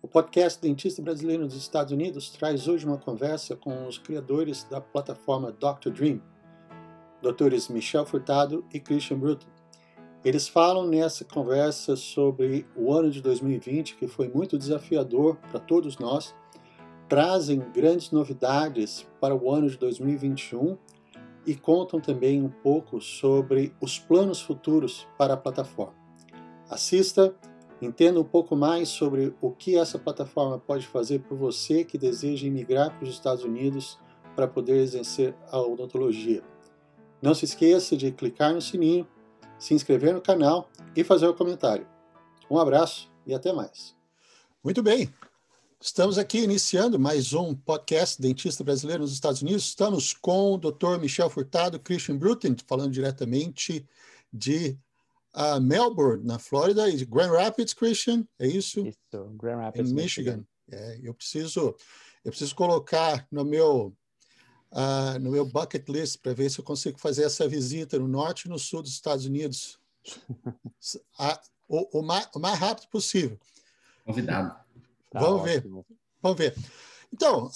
O podcast Dentista Brasileiro nos Estados Unidos traz hoje uma conversa com os criadores da plataforma Dr. Dream, Drs. Michel Furtado e Christian Bruton. Eles falam nessa conversa sobre o ano de 2020, que foi muito desafiador para todos nós, trazem grandes novidades para o ano de 2021 e contam também um pouco sobre os planos futuros para a plataforma. Assista, entenda um pouco mais sobre o que essa plataforma pode fazer por você que deseja emigrar para os Estados Unidos para poder exercer a odontologia. Não se esqueça de clicar no sininho, se inscrever no canal e fazer um comentário. Um abraço e até mais. Muito bem. Estamos aqui iniciando mais um podcast Dentista Brasileiro nos Estados Unidos. Estamos com o Dr. Michel Furtado, Christian Bruton, falando diretamente de Melbourne, na Flórida, e Grand Rapids, Christian, é isso? Isso, Grand Rapids, em Michigan. Eu preciso colocar no meu bucket list para ver se eu consigo fazer essa visita no norte e no sul dos Estados Unidos o mais rápido possível. Convidado. Vamos ver. Então,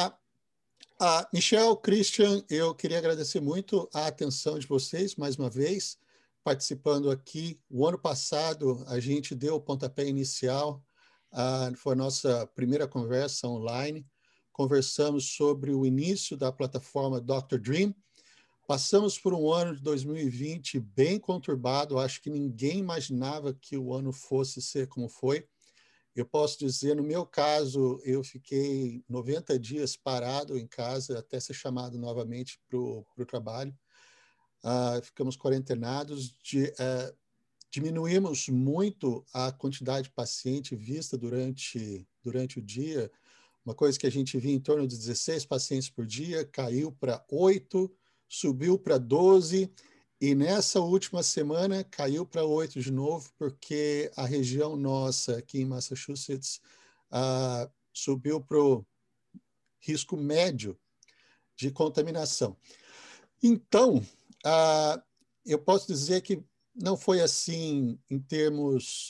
Michel, Christian, eu queria agradecer muito a atenção de vocês, mais uma vez, participando aqui. O ano passado, a gente deu o pontapé inicial, foi a nossa primeira conversa online. Conversamos sobre o início da plataforma Dr. Dream. Passamos por um ano de 2020 bem conturbado. Acho que ninguém imaginava que o ano fosse ser como foi. Eu posso dizer, no meu caso, eu fiquei 90 dias parado em casa até ser chamado novamente para o trabalho. Ficamos quarentenados, diminuímos muito a quantidade de paciente vista durante o dia. Uma coisa que a gente via em torno de 16 pacientes por dia, caiu para 8, subiu para 12, e nessa última semana caiu para 8 de novo, porque a região nossa aqui em Massachusetts subiu para o risco médio de contaminação. Então, eu posso dizer que não foi assim em termos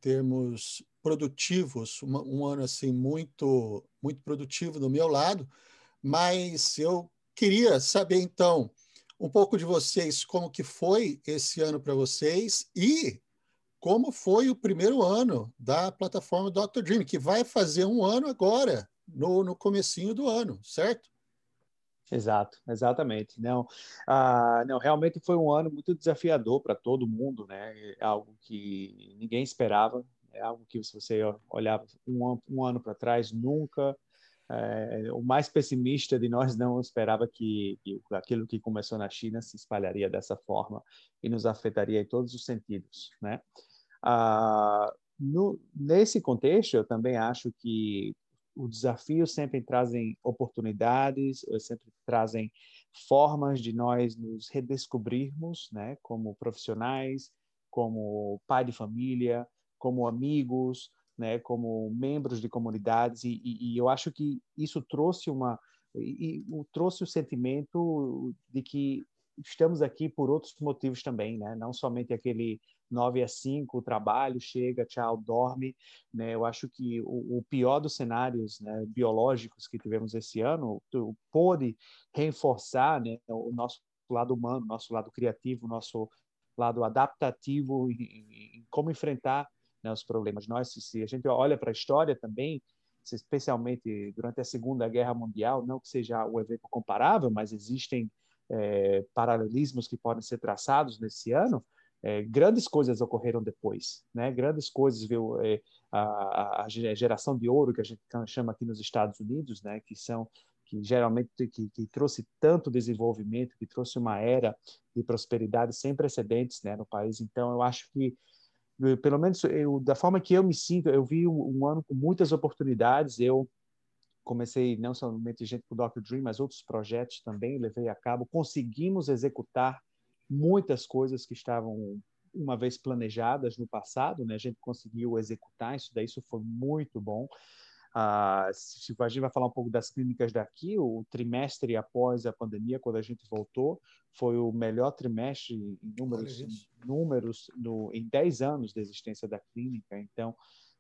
produtivos, um ano assim muito produtivo do meu lado, mas eu queria saber então um pouco de vocês, como que foi esse ano para vocês e como foi o primeiro ano da plataforma Dr. Dream, que vai fazer um ano agora, no comecinho do ano, certo? Exatamente. Não, realmente foi um ano muito desafiador para todo mundo, né? É algo que ninguém esperava, é algo que, se você olhava um ano para trás, nunca o mais pessimista de nós não esperava que aquilo que começou na China se espalharia dessa forma e nos afetaria em todos os sentidos, né? Nesse contexto, eu também acho que os desafios sempre trazem oportunidades, sempre trazem formas de nós nos redescobrirmos, né, como profissionais, como pai de família, como amigos, né, como membros de comunidades, e eu acho que isso trouxe trouxe o sentimento de que estamos aqui por outros motivos também, né? Não somente aquele 9 às 5, o trabalho, chega, tchau, dorme, né? Eu acho que o pior dos cenários, né, biológicos que tivemos esse ano pôde reforçar, né, o nosso lado humano, nosso lado criativo, nosso lado adaptativo em como enfrentar, né, os problemas. Se a gente olha para a história também, especialmente durante a Segunda Guerra Mundial, não que seja um evento comparável, mas existem paralelismos que podem ser traçados nesse ano. Grandes coisas ocorreram depois, né? Grandes coisas, viu? A geração de ouro que a gente chama aqui nos Estados Unidos, né? Que geralmente que trouxe tanto desenvolvimento, que trouxe uma era de prosperidade sem precedentes, né, no país. Então, eu acho que, pelo menos da forma que eu me sinto, eu vi um ano com muitas oportunidades. Eu comecei não somente gente com o Dr. Dream, mas outros projetos também levei a cabo. Conseguimos executar muitas coisas que estavam uma vez planejadas no passado, né? A gente conseguiu executar isso foi muito bom. A gente vai falar um pouco das clínicas daqui. O trimestre após a pandemia, quando a gente voltou, foi o melhor trimestre em números em 10 anos de existência da clínica. Então,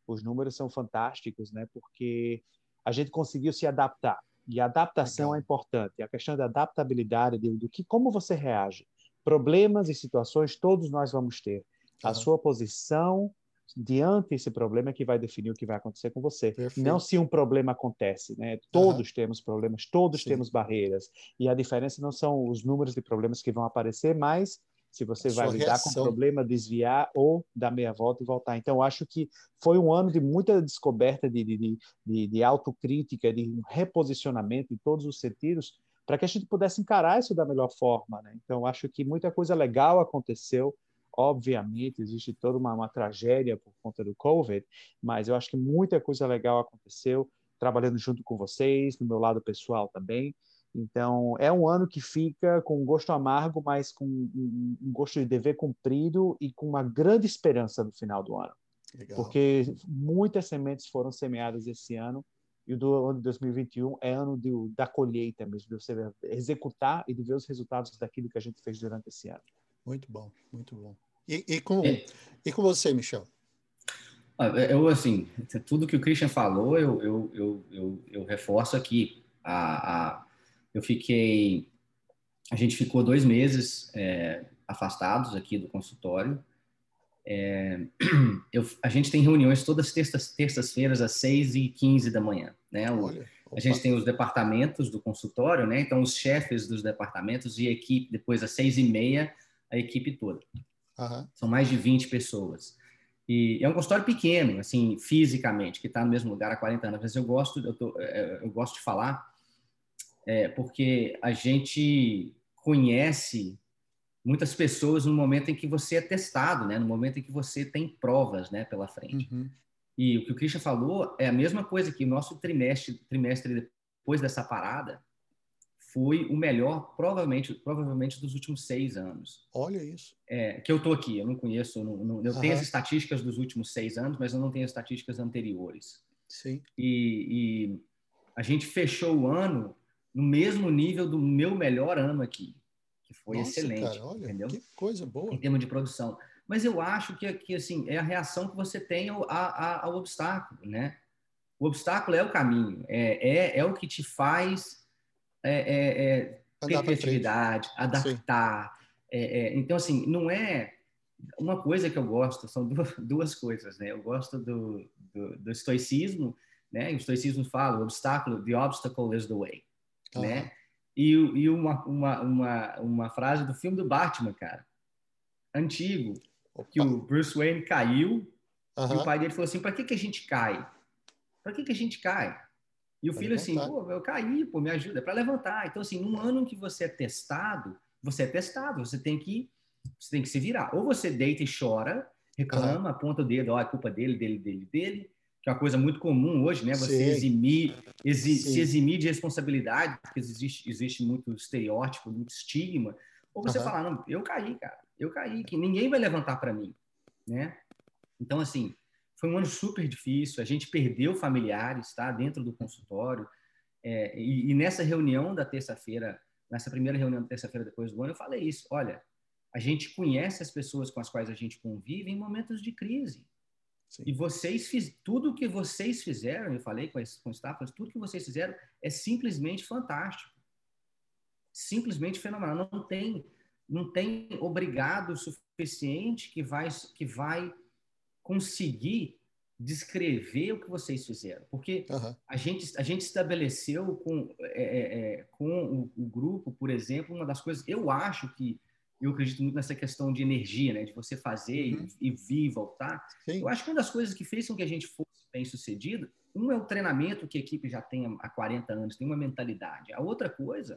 os números são fantásticos, né? Porque a gente conseguiu se adaptar. E a adaptação é importante. A questão da adaptabilidade, como você reage. Problemas e situações todos nós vamos ter. A sua posição diante desse problema é que vai definir o que vai acontecer com você. Perfeito. Não se um problema acontece, né? Todos temos problemas, todos temos barreiras. E a diferença não são os números de problemas que vão aparecer, mas se você vai lidar com o problema, desviar ou dar meia volta e voltar. Então, eu acho que foi um ano de muita descoberta, de autocrítica, de reposicionamento em todos os sentidos, para que a gente pudesse encarar isso da melhor forma, né? Então, eu acho que muita coisa legal aconteceu. Obviamente, existe toda uma tragédia por conta do COVID, mas eu acho que muita coisa legal aconteceu, trabalhando junto com vocês, no meu lado pessoal também. Então, é um ano que fica com um gosto amargo, mas com um gosto de dever cumprido e com uma grande esperança no final do ano. Legal. Porque muitas sementes foram semeadas esse ano, e o do ano de 2021 é ano da colheita mesmo, de você executar e de ver os resultados daquilo que a gente fez durante esse ano. Muito bom, muito bom. E com você, Michel? Eu, assim, tudo que o Christian falou, eu reforço aqui. A gente ficou 2 meses afastados aqui do consultório. A gente tem reuniões todas terças-feiras às 6h15 da manhã, né? A gente tem os departamentos do consultório, né? Então, os chefes dos departamentos e a equipe, depois às 6h30, a equipe toda. São mais de 20 pessoas. E é um consultório pequeno, assim, fisicamente, que está no mesmo lugar há 40 anos. Mas eu gosto de falar, porque a gente conhece muitas pessoas no momento em que você é testado, né? No momento em que você tem provas, né, pela frente. E o que o Christian falou é a mesma coisa, que o nosso trimestre depois dessa parada foi o melhor, provavelmente dos últimos 6 anos. Olha isso. Que eu estou aqui, eu não conheço, eu tenho as estatísticas dos últimos 6 anos, mas eu não tenho as estatísticas anteriores. Sim. E a gente fechou o ano no mesmo nível do meu melhor ano aqui, que foi excelente. Cara, olha, entendeu? Que coisa boa. Em termos de produção. Mas eu acho que assim, é a reação que você tem ao obstáculo, né? O obstáculo é o caminho, é o que te faz ter criatividade, adaptar. Então, assim, não é uma coisa que eu gosto, são duas coisas, né? Eu gosto do estoicismo, né? O estoicismo fala, o obstáculo, the obstacle is the way, né? E uma frase do filme do Batman, cara, antigo, que o Bruce Wayne caiu e o pai dele falou assim, para que a gente cai? Para que a gente cai? E o filho assim, pô, eu caí, pô, me ajuda, é para levantar. Então, assim, num ano que você é testado, você tem que se virar. Ou você deita e chora, reclama, aponta o dedo, ó, é culpa dele, que é uma coisa muito comum hoje, né? Você se eximir de responsabilidade, porque existe muito estereótipo, muito estigma. Ou você falar, não, eu caí, cara, que ninguém vai levantar para mim, né? Então, assim, foi um ano super difícil, a gente perdeu familiares, tá? Dentro do consultório. E nessa reunião da terça-feira, nessa primeira reunião da terça-feira depois do ano, eu falei isso. Olha, a gente conhece as pessoas com as quais a gente convive em momentos de crise. Sim. E tudo que vocês fizeram, eu falei com o staff, tudo que vocês fizeram é simplesmente fantástico. Simplesmente fenomenal. Não tem obrigado suficiente que vai conseguir descrever o que vocês fizeram, porque a gente estabeleceu com o grupo, por exemplo, uma das coisas, eu acredito muito nessa questão de energia, né, de você fazer e vir e voltar. Sim. Eu acho que uma das coisas que fez com que a gente fosse bem sucedido, é o treinamento que a equipe já tem há 40 anos, tem uma mentalidade. A outra coisa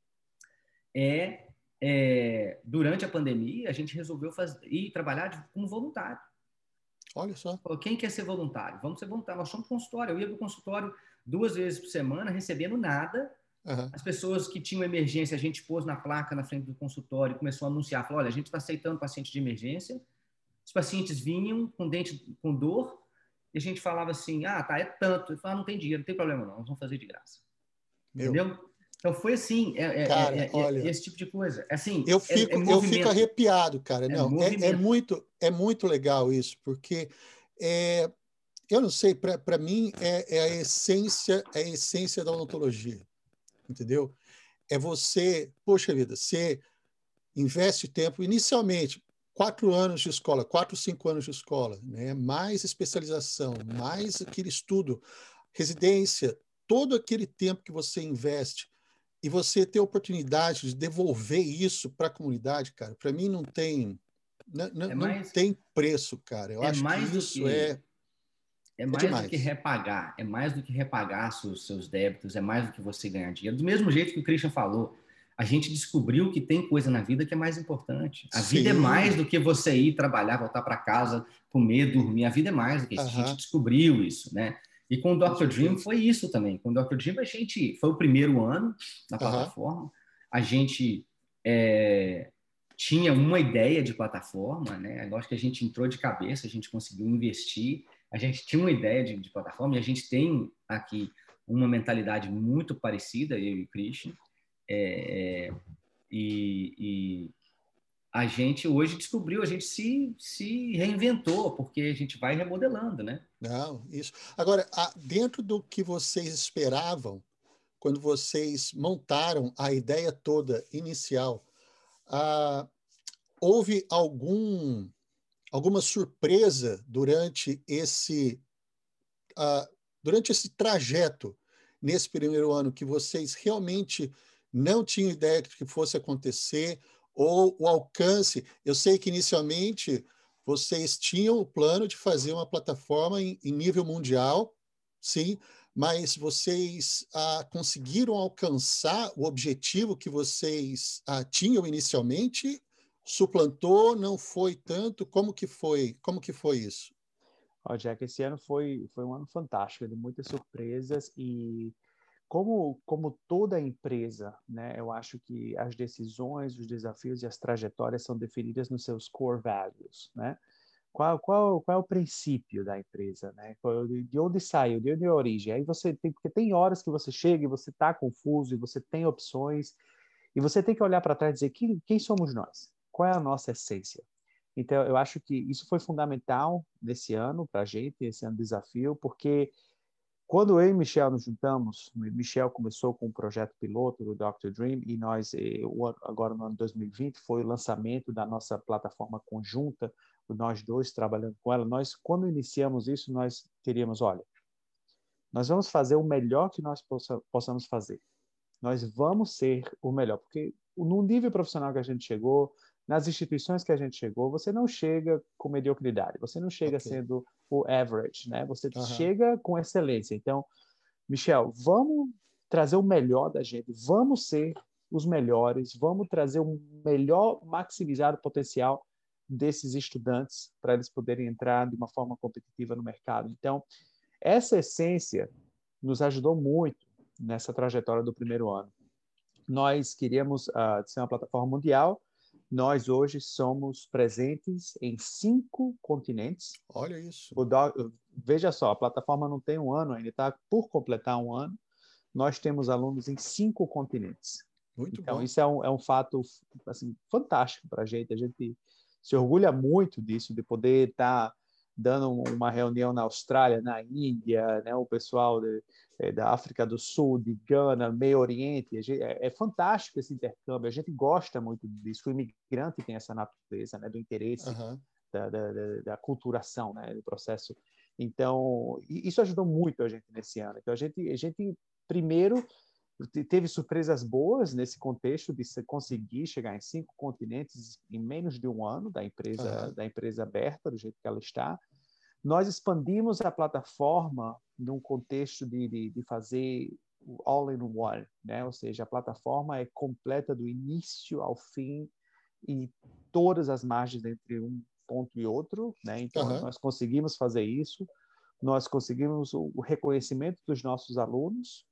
durante a pandemia, a gente resolveu ir trabalhar como voluntário. Olha só. Quem quer ser voluntário? Vamos ser voluntários. Nós somos consultório. Eu ia para o consultório 2 vezes por semana, recebendo nada. As pessoas que tinham emergência, a gente pôs na placa na frente do consultório e começou a anunciar. Falou, olha, a gente está aceitando paciente de emergência. Os pacientes vinham com dor e a gente falava assim, tá, é tanto. Ele falava, não tem dinheiro, não tem problema não, nós vamos fazer de graça. Entendeu? Então foi assim, cara, olha, esse tipo de coisa. Assim, eu fico arrepiado, cara. É muito legal isso, porque eu não sei, para mim é a essência da odontologia, entendeu? É você, poxa vida, você investe tempo, inicialmente, 4 anos de escola, 4, 5 anos de escola, né? Mais especialização, mais aquele estudo, residência, todo aquele tempo que você investe e você ter a oportunidade de devolver isso para a comunidade, cara, para mim não tem, não tem preço, cara. Eu acho que isso é mais do que demais. repagar, é mais do que repagar seus débitos, é mais do que você ganhar dinheiro. Do mesmo jeito que o Christian falou, a gente descobriu que tem coisa na vida que é mais importante. A vida é mais do que você ir trabalhar, voltar para casa, comer, dormir. A vida é mais do que isso. A gente descobriu isso, né? E com o Dr. Dream foi isso também. Com o Dr. Dream a gente foi o primeiro ano na plataforma. A gente tinha uma ideia de plataforma, né? Eu acho que a gente entrou de cabeça, a gente conseguiu investir. A gente tinha uma ideia de plataforma e a gente tem aqui uma mentalidade muito parecida, eu e o Christian. E a gente hoje descobriu, a gente se reinventou, porque a gente vai remodelando, né? Não, isso. Agora, dentro do que vocês esperavam, quando vocês montaram a ideia toda inicial, houve alguma surpresa durante esse trajeto, nesse primeiro ano, que vocês realmente não tinham ideia que fosse acontecer, ou o alcance? Eu sei que inicialmente vocês tinham o plano de fazer uma plataforma em nível mundial, sim, mas vocês conseguiram alcançar o objetivo que vocês tinham inicialmente? Suplantou? Não foi tanto? Como que foi isso? Jack, esse ano foi um ano fantástico, de muitas surpresas e como toda empresa, né, eu acho que as decisões, os desafios e as trajetórias são definidas nos seus core values, né? Qual é o princípio da empresa, né? De onde saiu, de onde é a origem? Aí porque tem horas que você chega e você está confuso e você tem opções e você tem que olhar para trás e dizer quem somos nós? Qual é a nossa essência? Então, eu acho que isso foi fundamental nesse ano para a gente, esse ano de desafio, porque quando eu e Michel nos juntamos, Michel começou com um projeto piloto do Dr. Dream e nós, agora no ano 2020, foi o lançamento da nossa plataforma conjunta, nós dois trabalhando com ela. Nós, quando iniciamos isso, nós queríamos, olha, nós vamos fazer o melhor que nós possamos fazer. Nós vamos ser o melhor, porque no nível profissional que a gente chegou, nas instituições que a gente chegou, você não chega com mediocridade, você não chega sendo o average, né? Você chega com excelência. Então, Michel, vamos trazer o melhor da gente, vamos ser os melhores, vamos trazer o melhor, maximizar o potencial desses estudantes para eles poderem entrar de uma forma competitiva no mercado. Então, essa essência nos ajudou muito nessa trajetória do primeiro ano. Nós queríamos ser uma plataforma mundial. Nós hoje somos presentes em 5 continentes. Olha isso. Veja só, a plataforma não tem um ano ainda, está por completar um ano. Nós temos alunos em 5 continentes. Muito então, bom. Isso é um fato assim, fantástico para a gente. A gente se orgulha muito disso, de poder estar dando uma reunião na Austrália, na Índia, né, o pessoal da África do Sul, de Gana, Meio Oriente. É fantástico esse intercâmbio, a gente gosta muito disso. O imigrante tem essa natureza, né, do interesse, da culturação, né, do processo. Então, isso ajudou muito a gente nesse ano. Então, a gente primeiro teve surpresas boas nesse contexto de conseguir chegar em 5 continentes em menos de um ano da empresa aberta, do jeito que ela está. Nós expandimos a plataforma num contexto de fazer o all-in-one, né? Ou seja, a plataforma é completa do início ao fim e todas as margens entre um ponto e outro, né? Então, nós conseguimos fazer isso. Nós conseguimos o reconhecimento dos nossos alunos.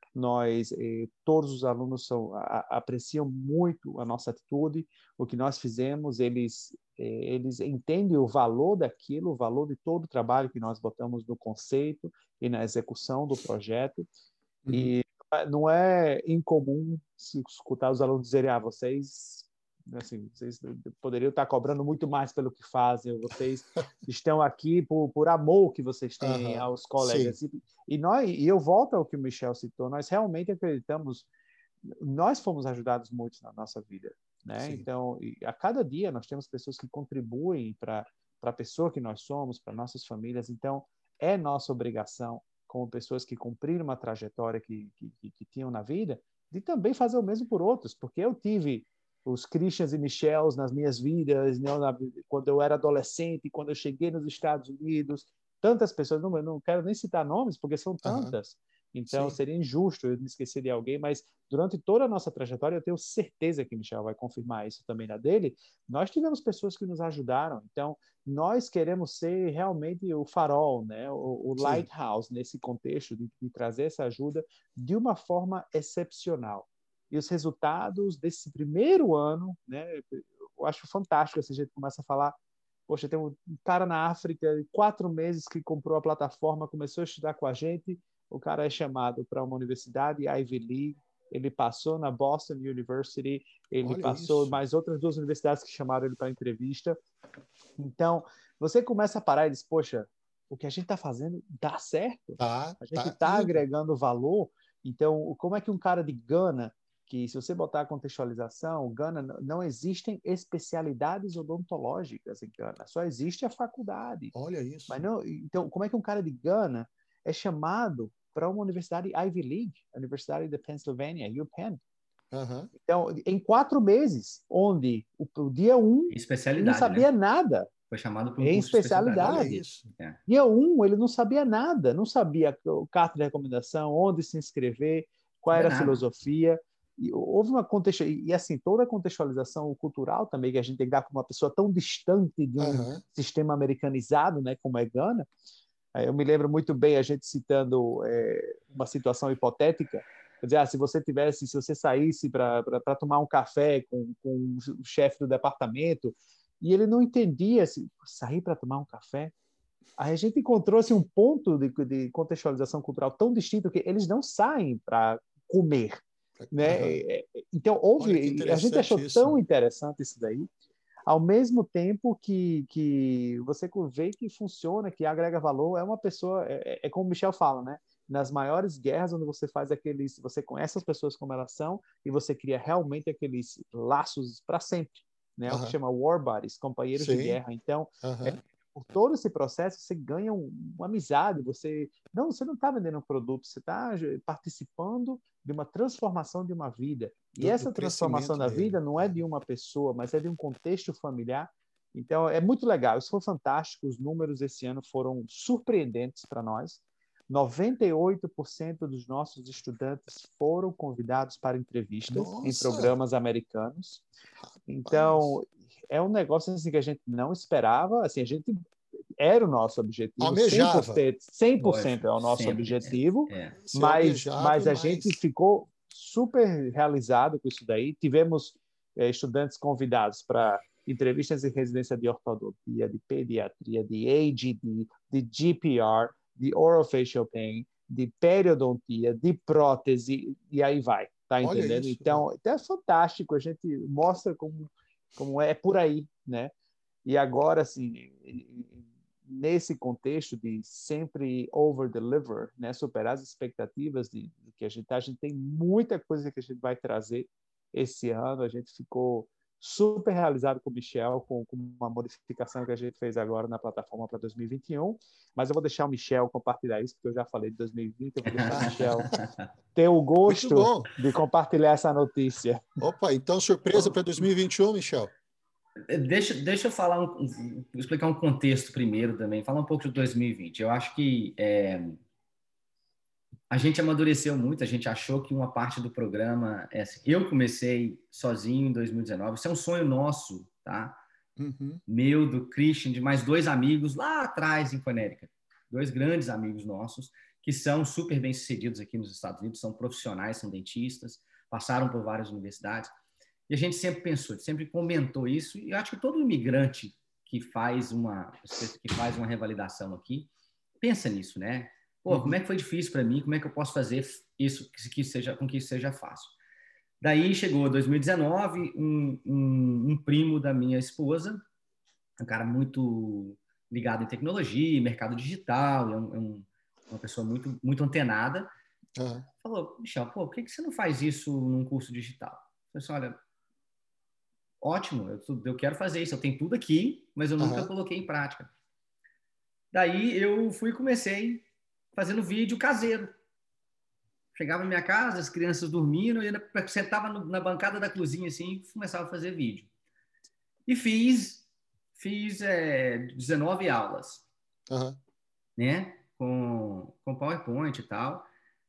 Todos os alunos apreciam muito a nossa atitude, o que nós fizemos, eles entendem o valor daquilo, o valor de todo o trabalho que nós botamos no conceito e na execução do projeto. E não é incomum se escutar os alunos dizerem, vocês assim, vocês poderiam estar cobrando muito mais pelo que fazem, vocês estão aqui por amor que vocês têm aos colegas. E eu volto ao que o Michel citou, nós realmente acreditamos, nós fomos ajudados muito na nossa vida, né? Sim. Então, a cada dia nós temos pessoas que contribuem para a pessoa que nós somos, para nossas famílias. Então, é nossa obrigação, como pessoas que cumpriram uma trajetória que tinham na vida, de também fazer o mesmo por outros, porque eu tive os Christians e Michels nas minhas vidas, né? Quando eu era adolescente, quando eu cheguei nos Estados Unidos, tantas pessoas, não quero nem citar nomes, porque são tantas. Então, Sim. seria injusto eu me esquecer de alguém, mas durante toda a nossa trajetória, eu tenho certeza que o Michel vai confirmar isso também na dele, nós tivemos pessoas que nos ajudaram. Então, nós queremos ser realmente o farol, né? o lighthouse nesse contexto, de trazer essa ajuda de uma forma excepcional. E os resultados desse primeiro ano, né? Eu acho fantástico esse jeito que começa a falar. Poxa, tem um cara na África, 4 meses que comprou a plataforma, começou a estudar com a gente. O cara é chamado para uma universidade, Ivy League, ele passou na Boston University, ele passou mais outras 2 universidades que chamaram ele para entrevista. Então, você começa a parar e diz, poxa, o que a gente está fazendo dá certo. A gente está agregando valor. Então, como é que um cara de Gana, que se você botar a contextualização, Gana, não existem especialidades odontológicas em Gana, só existe a faculdade. Olha isso. Mas não, então, como é que um cara de Gana é chamado para uma universidade Ivy League, a Universidade de Pennsylvania, UPenn? Então, em 4 meses, onde o dia 1 ele não sabia nada. Foi chamado para um curso de especialidade. Dia 1 ele não sabia nada, não sabia o carta de recomendação, onde se inscrever, qual era a filosofia. E houve uma e assim, toda a contextualização cultural também que a gente tem que dar para uma pessoa tão distante de um sistema americanizado, né, como é Gana. Eu me lembro muito bem a gente citando uma situação hipotética. Quer dizer, se você saísse para tomar um café com o chefe do departamento e ele não entendia se sair para tomar um café, a gente encontrou assim, um ponto de contextualização cultural tão distinto que eles não saem para comer, né? Então a gente achou tão interessante isso daí. Ao mesmo tempo que você vê que funciona, que agrega valor, é uma pessoa, é como o Michel fala, né? Nas maiores guerras, onde você faz você conhece as pessoas como elas são e você cria realmente aqueles laços para sempre, né? O que chama war buddies, companheiros de guerra. Então, por todo esse processo, você ganha uma amizade. Você não está vendendo um produto, você está participando de uma transformação de uma vida. E essa transformação da vida não é de uma pessoa, mas é de um contexto familiar. Então, é muito legal. Isso foi fantástico. Os números esse ano foram surpreendentes para nós. 98% dos nossos estudantes foram convidados para entrevistas em programas americanos. Então, é um negócio assim, que a gente não esperava. Assim, a gente era o nosso objetivo. Almejava. 100% é o nosso objetivo. Mas a gente ficou super realizado com isso daí. Tivemos estudantes convidados para entrevistas em residência de ortodontia, de pediatria, de AGD, de GPR, de orofacial pain, de periodontia, de prótese, e aí vai, tá entendendo? Isso, então, é fantástico, a gente mostra como é por aí, né? E agora, assim, nesse contexto de sempre over-deliver, né? Superar as expectativas de que a gente tem muita coisa que a gente vai trazer esse ano, a gente ficou super realizado com o Michel, com uma modificação que a gente fez agora na plataforma para 2021, mas eu vou deixar o Michel compartilhar isso, porque eu já falei de 2020, eu vou deixar o Michel ter o gosto de compartilhar essa notícia. Opa, então surpresa para 2021, Michel? Deixa eu falar, explicar um contexto primeiro também, falar um pouco de 2020. Eu acho que a gente amadureceu muito, a gente achou que uma parte do programa... eu comecei sozinho em 2019, isso é um sonho nosso, tá? Meu, do Christian, de mais 2 amigos lá atrás em Connecticut. 2 grandes amigos nossos, que são super bem-sucedidos aqui nos Estados Unidos, são profissionais, são dentistas, passaram por várias universidades. E a gente sempre pensou, sempre comentou isso, e eu acho que todo imigrante que faz uma revalidação aqui, pensa nisso, né? Pô, como é que foi difícil para mim? Como é que eu posso fazer isso com que isso seja fácil? Daí chegou 2019, um primo da minha esposa, um cara muito ligado em tecnologia, mercado digital, uma pessoa muito, muito antenada, falou, Michel, pô, por que você não faz isso num curso digital? Eu falei assim, olha, ótimo, eu quero fazer isso, eu tenho tudo aqui, mas eu nunca coloquei em prática. Daí eu fui e comecei fazendo vídeo caseiro. Chegava na minha casa, as crianças dormindo, eu sentava na bancada da cozinha assim e começava a fazer vídeo. E fiz 19 aulas, né? Com PowerPoint e tal.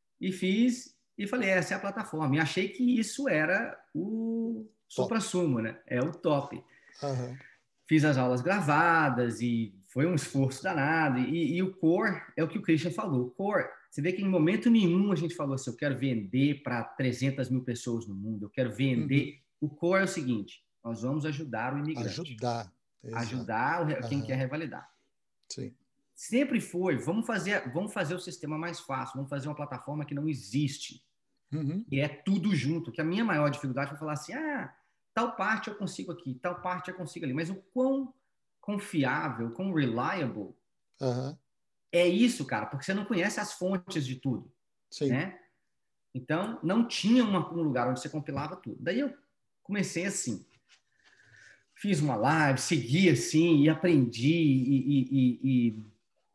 E falei, essa é a plataforma. E achei que isso era o suprassumo, né? É o top. Fiz as aulas gravadas e foi um esforço danado. E o core é o que o Christian falou. O core, você vê que em momento nenhum a gente falou assim, eu quero vender para 300 mil pessoas no mundo, eu quero vender. O core é o seguinte, nós vamos ajudar o imigrante. Ajudar quem quer revalidar. Sim. Sempre foi, vamos fazer o sistema mais fácil, vamos fazer uma plataforma que não existe. E é tudo junto. Que a minha maior dificuldade foi falar assim, tal parte eu consigo aqui, tal parte eu consigo ali. Mas o quão confiável, quão reliable é isso, cara? Porque você não conhece as fontes de tudo. Sim. Né? Então, não tinha um lugar onde você compilava tudo. Daí eu comecei assim. Fiz uma live, segui assim, e aprendi.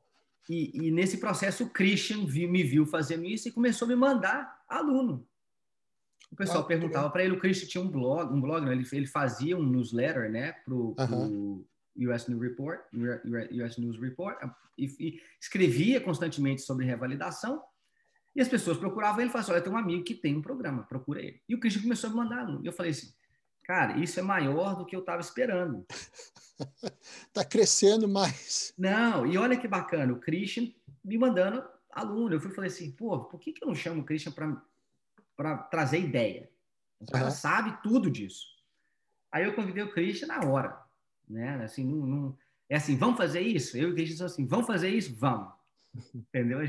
E nesse processo o Christian me viu fazendo isso e começou a me mandar aluno. O pessoal perguntava para ele, o Christian tinha um blog não, ele fazia um newsletter, né, pro US News Report, e escrevia constantemente sobre revalidação, e as pessoas procuravam ele e falavam assim, olha, tem um amigo que tem um programa, procura ele. E o Christian começou a me mandar aluno. E eu falei assim, cara, isso é maior do que eu estava esperando. Está crescendo mais. Não, e olha que bacana, o Christian me mandando aluno. Eu falei assim, pô, por que eu não chamo o Christian para trazer ideia? O cara sabe tudo disso. Aí eu convidei o Christian na hora, né? Assim, é assim, vamos fazer isso? Eu e o Christian assim, vamos fazer isso? Vamos. Entendeu?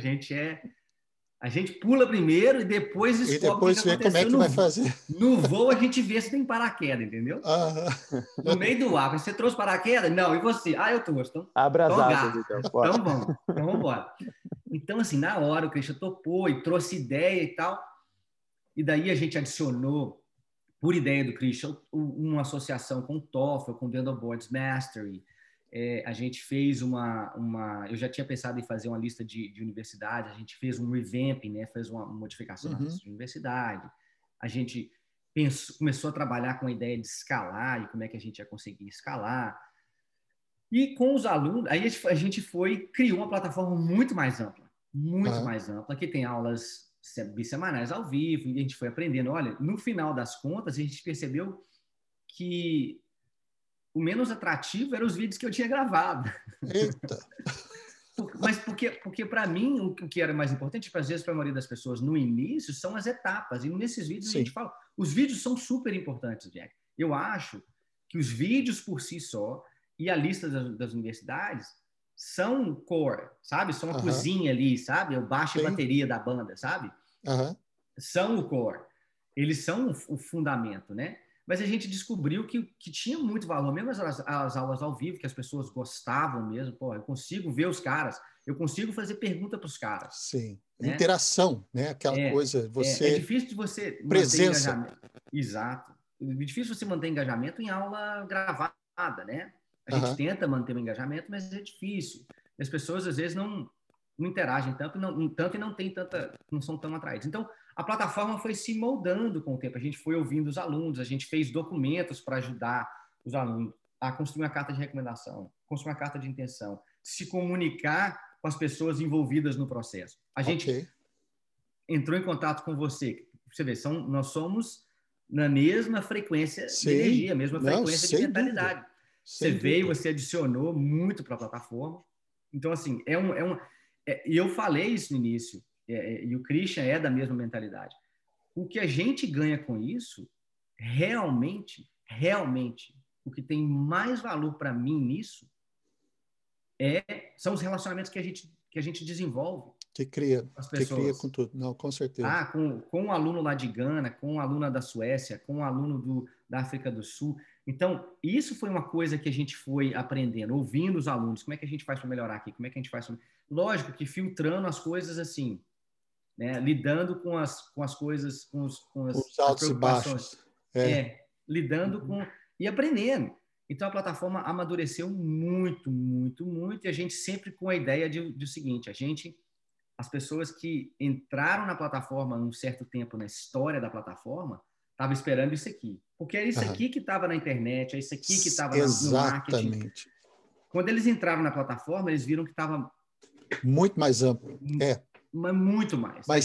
A gente pula primeiro e depois descobre o que vê aconteceu. Como é que vai fazer. No voo a gente vê se tem paraquedas, entendeu? No meio do ar. Você trouxe paraquedas? Não. E você? Eu trouxe. Então, abra as asas, então. Então vamos embora. Então, assim, na hora o Christian topou e trouxe ideia e tal. E daí a gente adicionou, por ideia do Christian, uma associação com o TOEFL, com o Dando Boards Mastery. A gente fez eu já tinha pensado em fazer uma lista de universidades, a gente fez um revamping, né? Fez uma modificação na lista de universidade. A gente começou a trabalhar com a ideia de escalar e como é que a gente ia conseguir escalar. E com os alunos, aí a gente criou uma plataforma muito mais ampla, que tem aulas bissemanais ao vivo, e a gente foi aprendendo. Olha, no final das contas, a gente percebeu que o menos atrativo eram os vídeos que eu tinha gravado. Eita! Mas porque para mim, o que era mais importante, às vezes para a maioria das pessoas, no início, são as etapas. E nesses vídeos a gente fala... Os vídeos são super importantes, Jack. Eu acho que os vídeos por si só e a lista das universidades são core, sabe? São a cozinha ali, sabe? O baixo e bateria da banda, sabe? São o core. Eles são o fundamento, né? Mas a gente descobriu que tinha muito valor, mesmo as aulas ao vivo, que as pessoas gostavam mesmo. Pô, eu consigo ver os caras, eu consigo fazer pergunta para os caras. Sim, né? Interação, né? Aquela coisa, É difícil de você presença. manter engajamento. Exato. É difícil você manter engajamento em aula gravada, né? A gente tenta manter o engajamento, mas é difícil. As pessoas, às vezes, não interagem tanto e não são tão atraídas. Então, a plataforma foi se moldando com o tempo. A gente foi ouvindo os alunos, a gente fez documentos para ajudar os alunos a construir uma carta de recomendação, construir uma carta de intenção, se comunicar com as pessoas envolvidas no processo. A gente entrou em contato com você. Você vê, nós somos na mesma frequência de energia, mesma frequência de mentalidade. Você veio, você adicionou muito para a plataforma. Então, assim, e eu falei isso no início, e o Christian é da mesma mentalidade. O que a gente ganha com isso, realmente, o que tem mais valor para mim nisso são os relacionamentos que a gente desenvolve. Que cria as pessoas. com tudo. Não, com certeza. Ah, com um aluno lá de Gana, com uma aluna da Suécia, com um aluno da África do Sul. Então, isso foi uma coisa que a gente foi aprendendo, ouvindo os alunos. Como é que a gente faz para melhorar aqui? Como é que a gente faz para... Lógico que filtrando as coisas assim, né? Lidando com as coisas, com Os as altos e preocupações. baixos. Lidando com... E aprendendo. Então, a plataforma amadureceu muito, muito, muito. E a gente sempre com a ideia do seguinte, as pessoas que entraram na plataforma um certo tempo na história da plataforma estavam esperando isso aqui. Porque é isso aqui que estava na internet, é isso aqui que estava no marketing. Exatamente. Quando eles entraram na plataforma, eles viram que estava... Muito mais amplo. Mas muito mais. Mas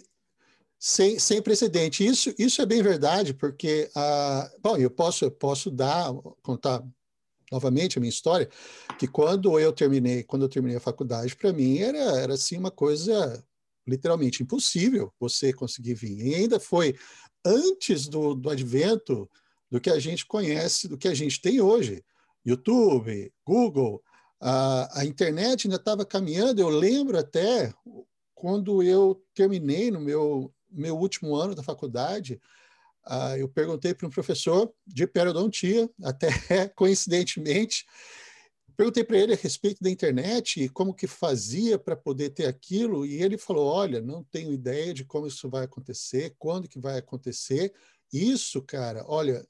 sem precedente. Isso é bem verdade, porque... bom, eu posso contar novamente a minha história, que quando eu terminei a faculdade, para mim era assim uma coisa literalmente impossível você conseguir vir. E ainda foi antes do advento do que a gente conhece, do que a gente tem hoje. YouTube, Google, a internet ainda estava caminhando. Eu lembro até quando eu terminei no meu último ano da faculdade, eu perguntei para um professor de periodontia, até coincidentemente, perguntei para ele a respeito da internet e como que fazia para poder ter aquilo, e ele falou, olha, não tenho ideia de como isso vai acontecer, quando que vai acontecer. Isso, cara, olha,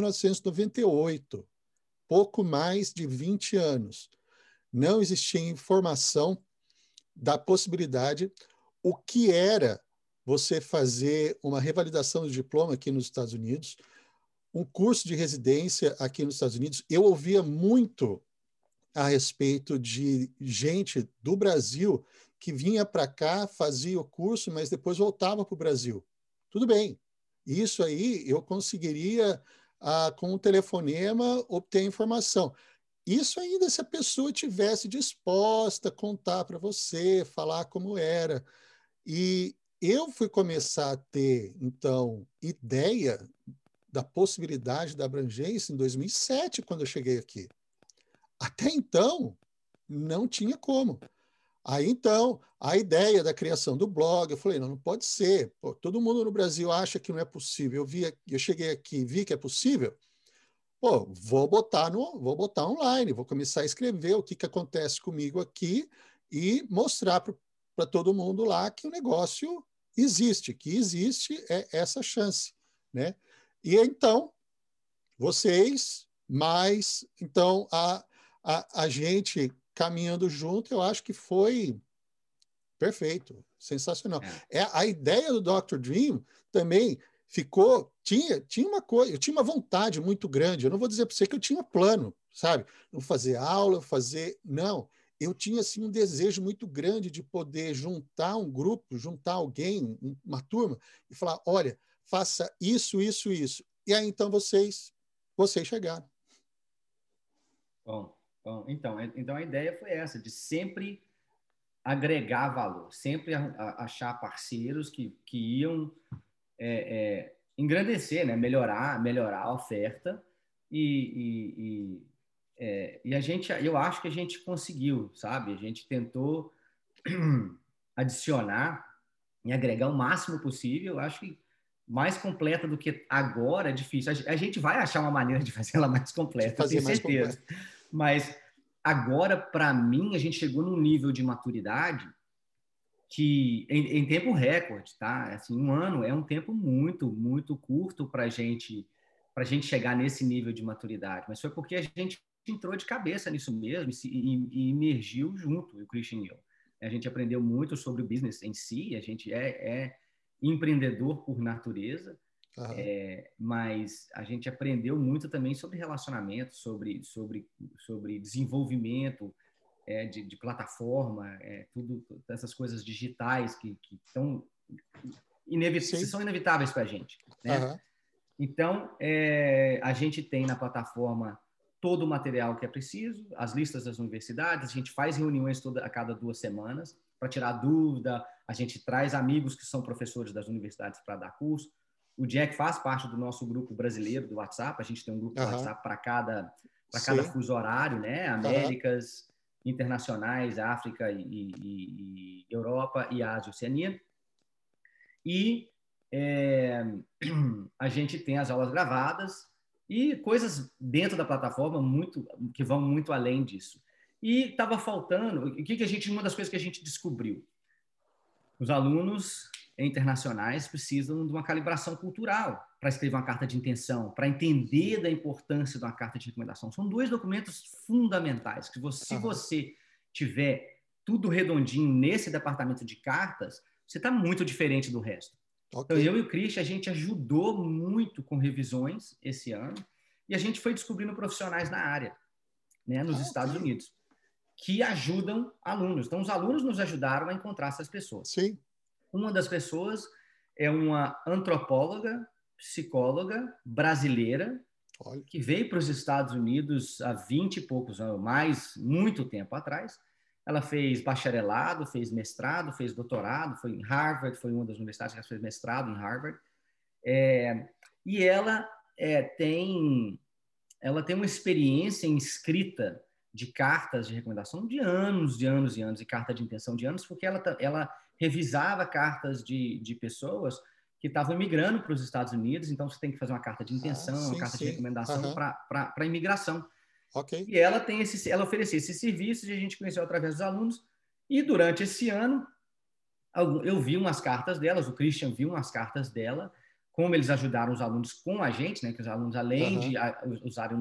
1998, pouco mais de 20 anos. Não existia informação da possibilidade, o que era você fazer uma revalidação de diploma aqui nos Estados Unidos, um curso de residência aqui nos Estados Unidos. Eu ouvia muito a respeito de gente do Brasil que vinha para cá, fazia o curso, mas depois voltava para o Brasil. Tudo bem. Isso aí eu conseguiria, com um telefonema, obter informação. Isso ainda se a pessoa tivesse disposta a contar para você, falar como era. E eu fui começar a ter, então, ideia da possibilidade da abrangência em 2007, quando eu cheguei aqui. Até então, não tinha como. Aí, então, a ideia da criação do blog, eu falei, não pode ser. Pô, todo mundo no Brasil acha que não é possível. Eu cheguei aqui e vi que é possível. Pô, vou botar online, vou começar a escrever o que acontece comigo aqui e mostrar para todo mundo lá que o negócio existe, que existe essa chance, né? E então, vocês, mais, então, a gente caminhando junto, eu acho que foi perfeito, sensacional. A ideia do Dr. Dream também ficou, tinha uma coisa, eu tinha uma vontade muito grande, eu não vou dizer para você que eu tinha plano, sabe? Não fazer aula, não. Eu tinha assim um desejo muito grande de poder juntar um grupo, juntar alguém, uma turma, e falar, olha, faça isso, isso, isso. E aí, então, vocês chegaram. Bom, então a ideia foi essa, de sempre agregar valor, sempre achar parceiros que iam engrandecer, né? melhorar a oferta e eu acho que a gente conseguiu, sabe? A gente tentou adicionar e agregar o máximo possível. Eu acho que mais completa do que agora é difícil. A gente vai achar uma maneira de fazer ela mais completa, eu tenho certeza. Mas agora, para mim, a gente chegou num nível de maturidade que, em tempo recorde, tá? Assim, um ano é um tempo muito, muito curto para a gente chegar nesse nível de maturidade. Mas foi porque a gente entrou de cabeça nisso mesmo e imergiu junto, o Christian e eu. A gente aprendeu muito sobre o business em si, a gente é empreendedor por natureza, mas a gente aprendeu muito também sobre relacionamento, sobre desenvolvimento de plataforma, tudo essas coisas digitais que são inevitáveis para a gente, né? Então, a gente tem na plataforma todo o material que é preciso, as listas das universidades, a gente faz reuniões a cada 2 semanas para tirar dúvida, a gente traz amigos que são professores das universidades para dar curso. O Jack faz parte do nosso grupo brasileiro do WhatsApp, a gente tem um grupo do WhatsApp para cada fuso horário, né? Américas, internacionais, África e Europa e Ásia e Oceania. E a gente tem as aulas gravadas e coisas dentro da plataforma que vão muito além disso. E estava faltando, uma das coisas que a gente descobriu, os alunos internacionais precisam de uma calibração cultural para escrever uma carta de intenção, para entender da importância de uma carta de recomendação. São 2 documentos fundamentais que se você tiver tudo redondinho nesse departamento de cartas, você está muito diferente do resto. Okay. Então, eu e o Christian, a gente ajudou muito com revisões esse ano e a gente foi descobrindo profissionais na área, né, nos Estados Unidos, que ajudam alunos. Então, os alunos nos ajudaram a encontrar essas pessoas. Sim. Uma das pessoas é uma antropóloga, psicóloga brasileira, que veio para os Estados Unidos há 20 e poucos anos, muito tempo atrás. Ela fez bacharelado, fez mestrado, fez doutorado, foi em Harvard, foi uma das universidades que ela fez mestrado em Harvard. E ela tem uma experiência em escrita de cartas de recomendação de anos, e carta de intenção de anos, porque ela revisava cartas de pessoas que estavam migrando para os Estados Unidos, então você tem que fazer uma carta de intenção, uma carta de recomendação para a imigração. Okay. E ela oferecia esses serviços e a gente conheceu através dos alunos. E durante esse ano, eu vi umas cartas delas, o Christian viu umas cartas dela, como eles ajudaram os alunos com a gente, né? Que os alunos, além de usarem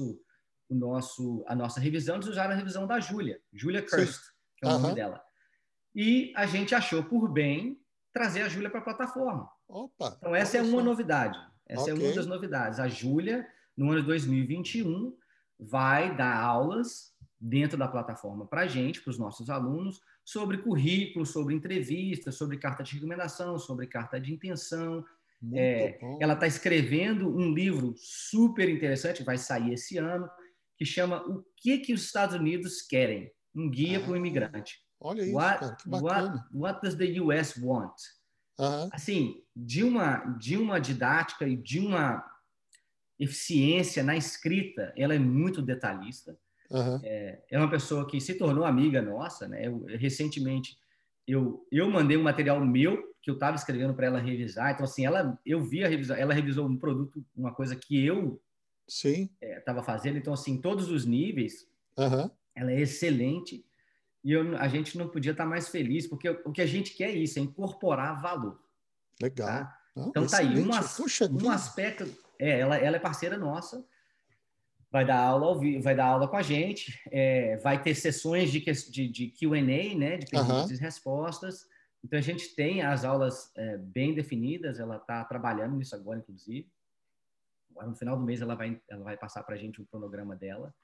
a nossa revisão, eles usaram a revisão da Julia Kirst, que é o nome dela. E a gente achou por bem trazer a Júlia para a plataforma. Opa, então, essa é uma novidade. Essa é uma das novidades. A Júlia, no ano de 2021, vai dar aulas dentro da plataforma para a gente, para os nossos alunos, sobre currículo, sobre entrevistas, sobre carta de recomendação, sobre carta de intenção. Ela está escrevendo um livro super interessante, vai sair esse ano, que chama O que os Estados Unidos querem? Um guia para o imigrante. Olha isso, cara, que bacana. What does the US want? Assim, de uma didática e de uma eficiência na escrita, ela é muito detalhista. É uma pessoa que se tornou amiga nossa, né? Recentemente, eu mandei um material meu que eu estava escrevendo para ela revisar. Então, assim, eu vi a revisão, ela revisou um produto, uma coisa que eu estava fazendo. Então, assim, em todos os níveis, ela é excelente. E a gente não podia estar mais feliz, porque o que a gente quer é isso, é incorporar valor. Legal. Tá? Então, tá aí. Um aspecto... ela é parceira nossa, vai dar aula com a gente, vai ter sessões de Q&A, né, de perguntas e respostas. Então, a gente tem as aulas bem definidas, ela está trabalhando nisso agora, inclusive. Agora, no final do mês, ela vai passar para a gente o cronograma dela.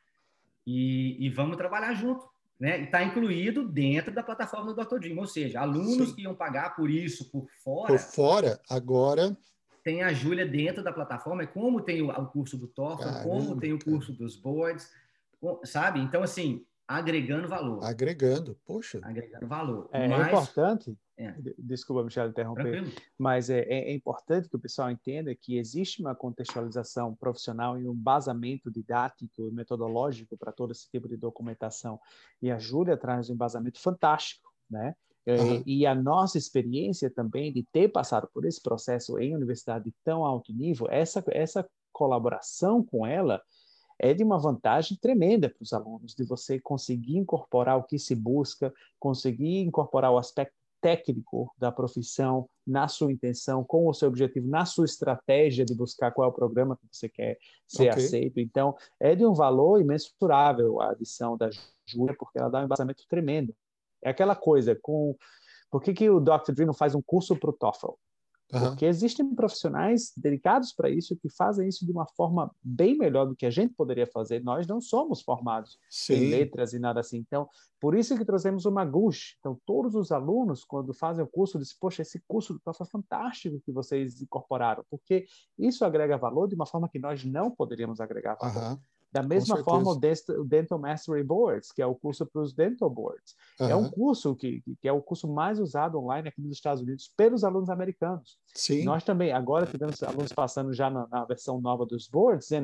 E vamos trabalhar junto. Né? E está incluído dentro da plataforma do Dr. Dream, ou seja, alunos que iam pagar por isso por fora, agora tem a Júlia dentro da plataforma, como tem o curso do TOEFL, como tem o curso dos boards, sabe? Então, assim, agregando valor. Agregando, poxa. Agregando valor. É importante, desculpa, Michel, interromper, tranquilo. Mas é importante que o pessoal entenda que existe uma contextualização profissional e um embasamento didático e metodológico para todo esse tipo de documentação. E a Júlia traz um embasamento fantástico, né? E a nossa experiência também de ter passado por esse processo em universidade de tão alto nível, essa colaboração com ela é de uma vantagem tremenda para os alunos, de você conseguir incorporar o que se busca, conseguir incorporar o aspecto técnico da profissão na sua intenção, com o seu objetivo, na sua estratégia de buscar qual é o programa que você quer ser aceito. Então, é de um valor imensurável a adição da Júlia, porque ela dá um embasamento tremendo. É aquela coisa, por que o Dr. Dream não faz um curso para o TOEFL? Porque existem profissionais dedicados para isso que fazem isso de uma forma bem melhor do que a gente poderia fazer. Nós não somos formados em letras e nada assim. Então, por isso que trouxemos uma GUSH. Então, todos os alunos, quando fazem o curso, dizem, poxa, esse curso do TOEFL é fantástico que vocês incorporaram, porque isso agrega valor de uma forma que nós não poderíamos agregar valor. Da mesma forma, o Dental Mastery Boards, que é o curso para os Dental Boards. É um curso que é o curso mais usado online aqui nos Estados Unidos pelos alunos americanos. Nós também, agora tivemos alunos passando já na versão nova dos boards, dizendo,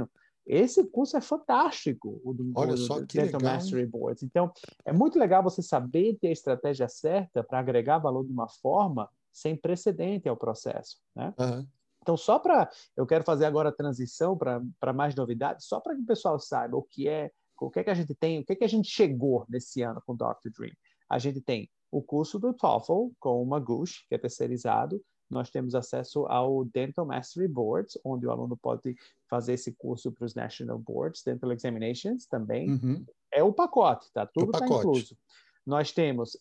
esse curso é fantástico, o do Olha só que Dental legal. Mastery Boards. Então, é muito legal você saber ter a estratégia certa para agregar valor de uma forma sem precedente ao processo, né? Aham. Então, eu quero fazer agora a transição para mais novidades, só para que o pessoal saiba o que é que a gente tem, o que a gente chegou nesse ano com o Dr. Dream. A gente tem o curso do TOEFL com o Magoosh, que é terceirizado. Nós temos acesso ao Dental Mastery Boards, onde o aluno pode fazer esse curso para os National Boards, Dental Examinations também. Uhum. É o pacote, tá? Tudo está pacote. incluso. Nós temos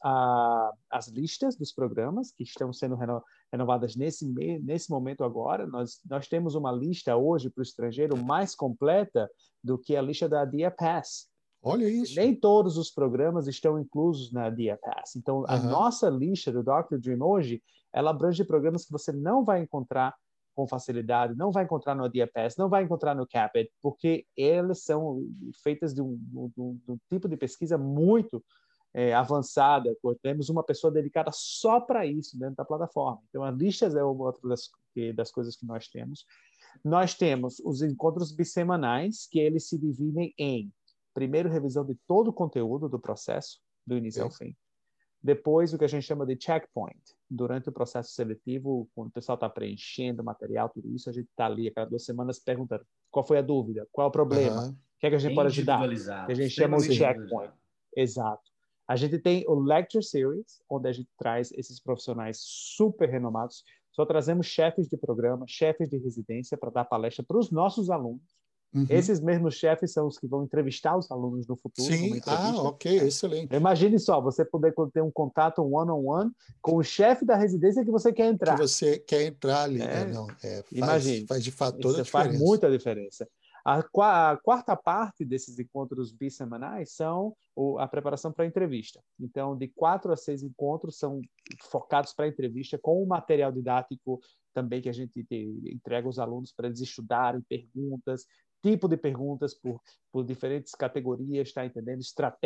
as listas dos programas que estão sendo renovadas nesse momento agora. Nós temos uma lista hoje para o estrangeiro mais completa do que a lista da DIAPass. Olha isso. Nem todos os programas estão inclusos na DIAPass. Então, a nossa lista do Dr. Dream hoje, ela abrange programas que você não vai encontrar com facilidade, não vai encontrar no DIAPass, não vai encontrar no CAPED, porque elas são feitas de um tipo de pesquisa muito avançada. Temos uma pessoa dedicada só para isso dentro da plataforma. Então, as listas é outra das coisas que nós temos. Nós temos os encontros bissemanais, que eles se dividem em, primeiro, revisão de todo o conteúdo do processo, do início ao fim. Depois, o que a gente chama de checkpoint. Durante o processo seletivo, quando o pessoal está preenchendo o material, tudo isso, a gente está ali a cada 2 semanas perguntando qual foi a dúvida, qual é o problema, o que é que a gente pode ajudar. Que a gente chama de checkpoint. Exato. A gente tem o Lecture Series, onde a gente traz esses profissionais super renomados. Só trazemos chefes de programa, chefes de residência para dar palestra para os nossos alunos. Uhum. Esses mesmos chefes são os que vão entrevistar os alunos no futuro. Sim, ok, excelente. Imagine só, você poder ter um contato one-on-one com o chefe da residência que você quer entrar. Que você quer entrar ali. Imagine. Faz de fato toda a diferença. Faz muita diferença. A quarta parte desses encontros bissemanais são a preparação para a entrevista. Então, de 4 a 6 encontros são focados para a entrevista, com o material didático também que a gente entrega aos alunos para eles estudarem, perguntas, tipo de perguntas por diferentes categorias, tá entendendo?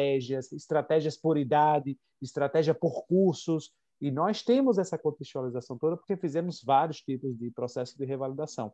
Estratégias por idade, estratégia por cursos. E nós temos essa contextualização toda porque fizemos vários tipos de processo de revalidação.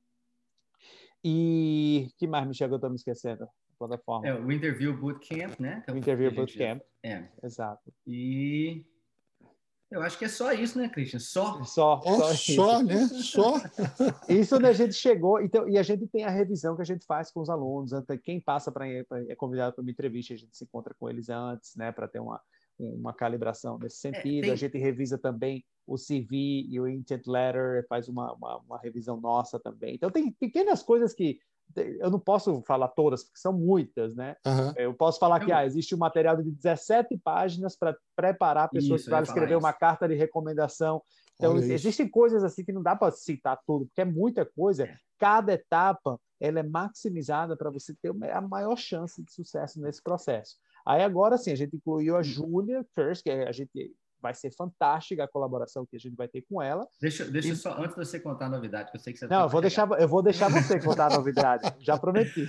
E que mais, Michel, que eu estou me esquecendo? A plataforma. O Interview Bootcamp, né? O Interview Bootcamp. Exato. E eu acho que é só isso, né, Christian? Só, né? Só. Isso onde a gente chegou. Então, e a gente tem a revisão que a gente faz com os alunos. Quem passa é convidado para uma entrevista, a gente se encontra com eles antes, né, para ter uma calibração nesse sentido. A gente revisa também o CV e o Intent Letter, faz uma revisão nossa também. Então, tem pequenas coisas que eu não posso falar todas, porque são muitas, né? Eu posso falar que existe um material de 17 páginas para preparar pessoas para escrever uma carta de recomendação. Então, existem coisas assim que não dá para citar tudo, porque é muita coisa. Cada etapa ela é maximizada para você ter a maior chance de sucesso nesse processo. Aí agora sim, a gente incluiu a Júlia First, que a gente vai ser fantástica a colaboração que a gente vai ter com ela. Deixa só, antes de você contar a novidade, que eu sei que você não, eu vou deixar você contar a novidade, já prometi.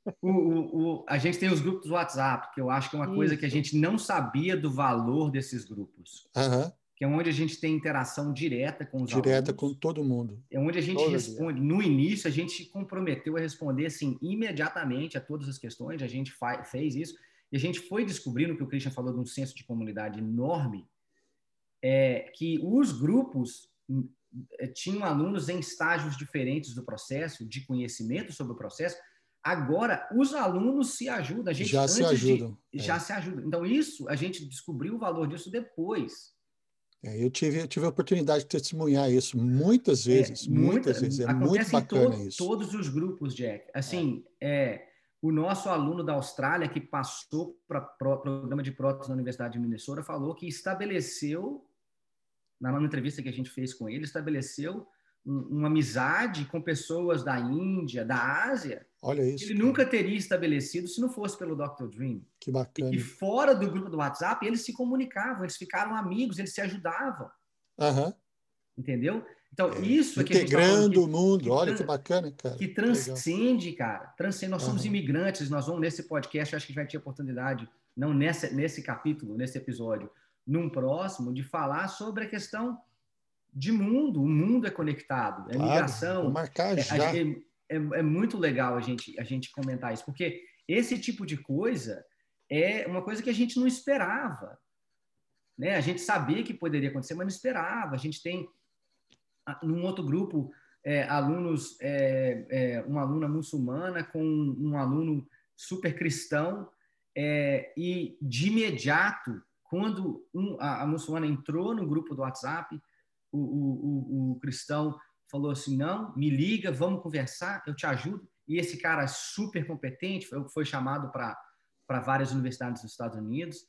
A gente tem os grupos do WhatsApp, que eu acho que é uma coisa que a gente não sabia do valor desses grupos. Que é onde a gente tem interação direta com os alunos. Direta com todo mundo. É onde a gente responde. No início, a gente se comprometeu a responder assim, imediatamente a todas as questões, a gente fez isso, e a gente foi descobrindo, que o Christian falou de um senso de comunidade enorme, que os grupos tinham alunos em estágios diferentes do processo, de conhecimento sobre o processo. Agora, os alunos se ajudam. Já se ajudam. Então, isso, a gente descobriu o valor disso depois. Eu tive a oportunidade de testemunhar isso muitas vezes. Muitas vezes. É muito bacana isso. Todos os grupos, Jack. Assim, o nosso aluno da Austrália, que passou para o programa de prótese na Universidade de Minnesota, falou que estabeleceu, na entrevista que a gente fez com ele, estabeleceu uma amizade com pessoas da Índia, da Ásia. Olha isso. Ele nunca teria estabelecido se não fosse pelo Dr. Dream. Que bacana. E fora do grupo do WhatsApp, eles se comunicavam, eles ficaram amigos, eles se ajudavam. Entendeu? Então, isso é que integrando o mundo. Olha que bacana, cara. Que transcende, cara. Transcende. Nós somos imigrantes, nós vamos nesse podcast, acho que a gente vai ter oportunidade, não nesse capítulo, nesse episódio, num próximo, de falar sobre a questão de mundo. O mundo é conectado, é migração. Vou marcar já. é muito legal a gente comentar isso, porque esse tipo de coisa é uma coisa que a gente não esperava, né? A gente sabia que poderia acontecer, mas não esperava. A gente tem, num outro grupo, alunos, uma aluna muçulmana com um aluno super cristão, e de imediato, quando a muçulmana entrou no grupo do WhatsApp, o cristão falou assim, não, me liga, vamos conversar, eu te ajudo. E esse cara super competente foi chamado para várias universidades dos Estados Unidos,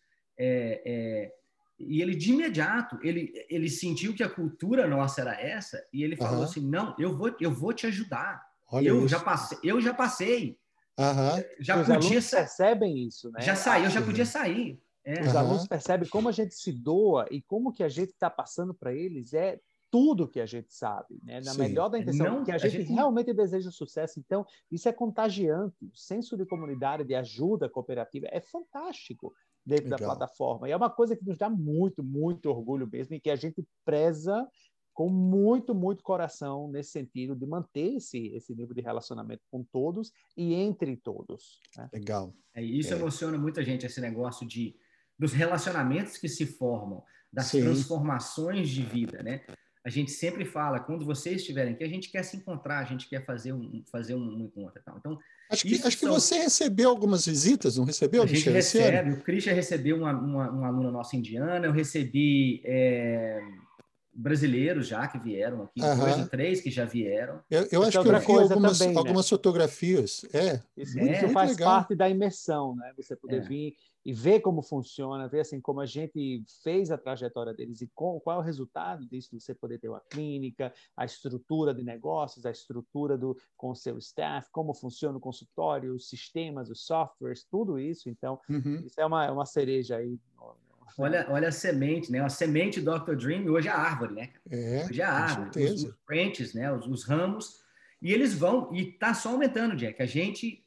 e ele de imediato ele sentiu que a cultura nossa era essa, e ele falou assim, não, eu vou te ajudar. Olha eu isso. já passei. Já os podia alunos percebem isso, né? Já saí, eu já podia sair. Os alunos percebem como a gente se doa e como que a gente está passando para eles tudo que a gente sabe, né? Na melhor da intenção, que a gente realmente deseja sucesso. Então, isso é contagiante. O senso de comunidade, de ajuda cooperativa é fantástico dentro da plataforma. E é uma coisa que nos dá muito, muito orgulho mesmo e que a gente preza com muito, muito coração nesse sentido de manter esse nível de relacionamento com todos e entre todos. Né? Legal. Isso emociona muita gente, esse negócio dos relacionamentos que se formam, das transformações de vida, né? A gente sempre fala, quando vocês estiverem aqui, a gente quer se encontrar, a gente quer fazer um encontro. Então, acho que você recebeu algumas visitas, não recebeu, Michel? A gente recebe, o Christian recebeu uma aluna nossa indiana, eu recebi brasileiros já que vieram aqui, 2 ou 3 que já vieram. Eu acho que eu vi algumas fotografias. Isso faz parte da imersão, né? Você poder vir e ver como funciona, ver assim como a gente fez a trajetória deles e qual é o resultado disso, você poder ter uma clínica, a estrutura de negócios, a estrutura com o seu staff, como funciona o consultório, os sistemas, os softwares, tudo isso. Então, isso é uma cereja aí. Olha a semente, né? A semente Dr. Dream hoje é a árvore, né? Hoje é a árvore. Os branches, né? Os ramos. E eles vão... E está só aumentando, Jack. A gente...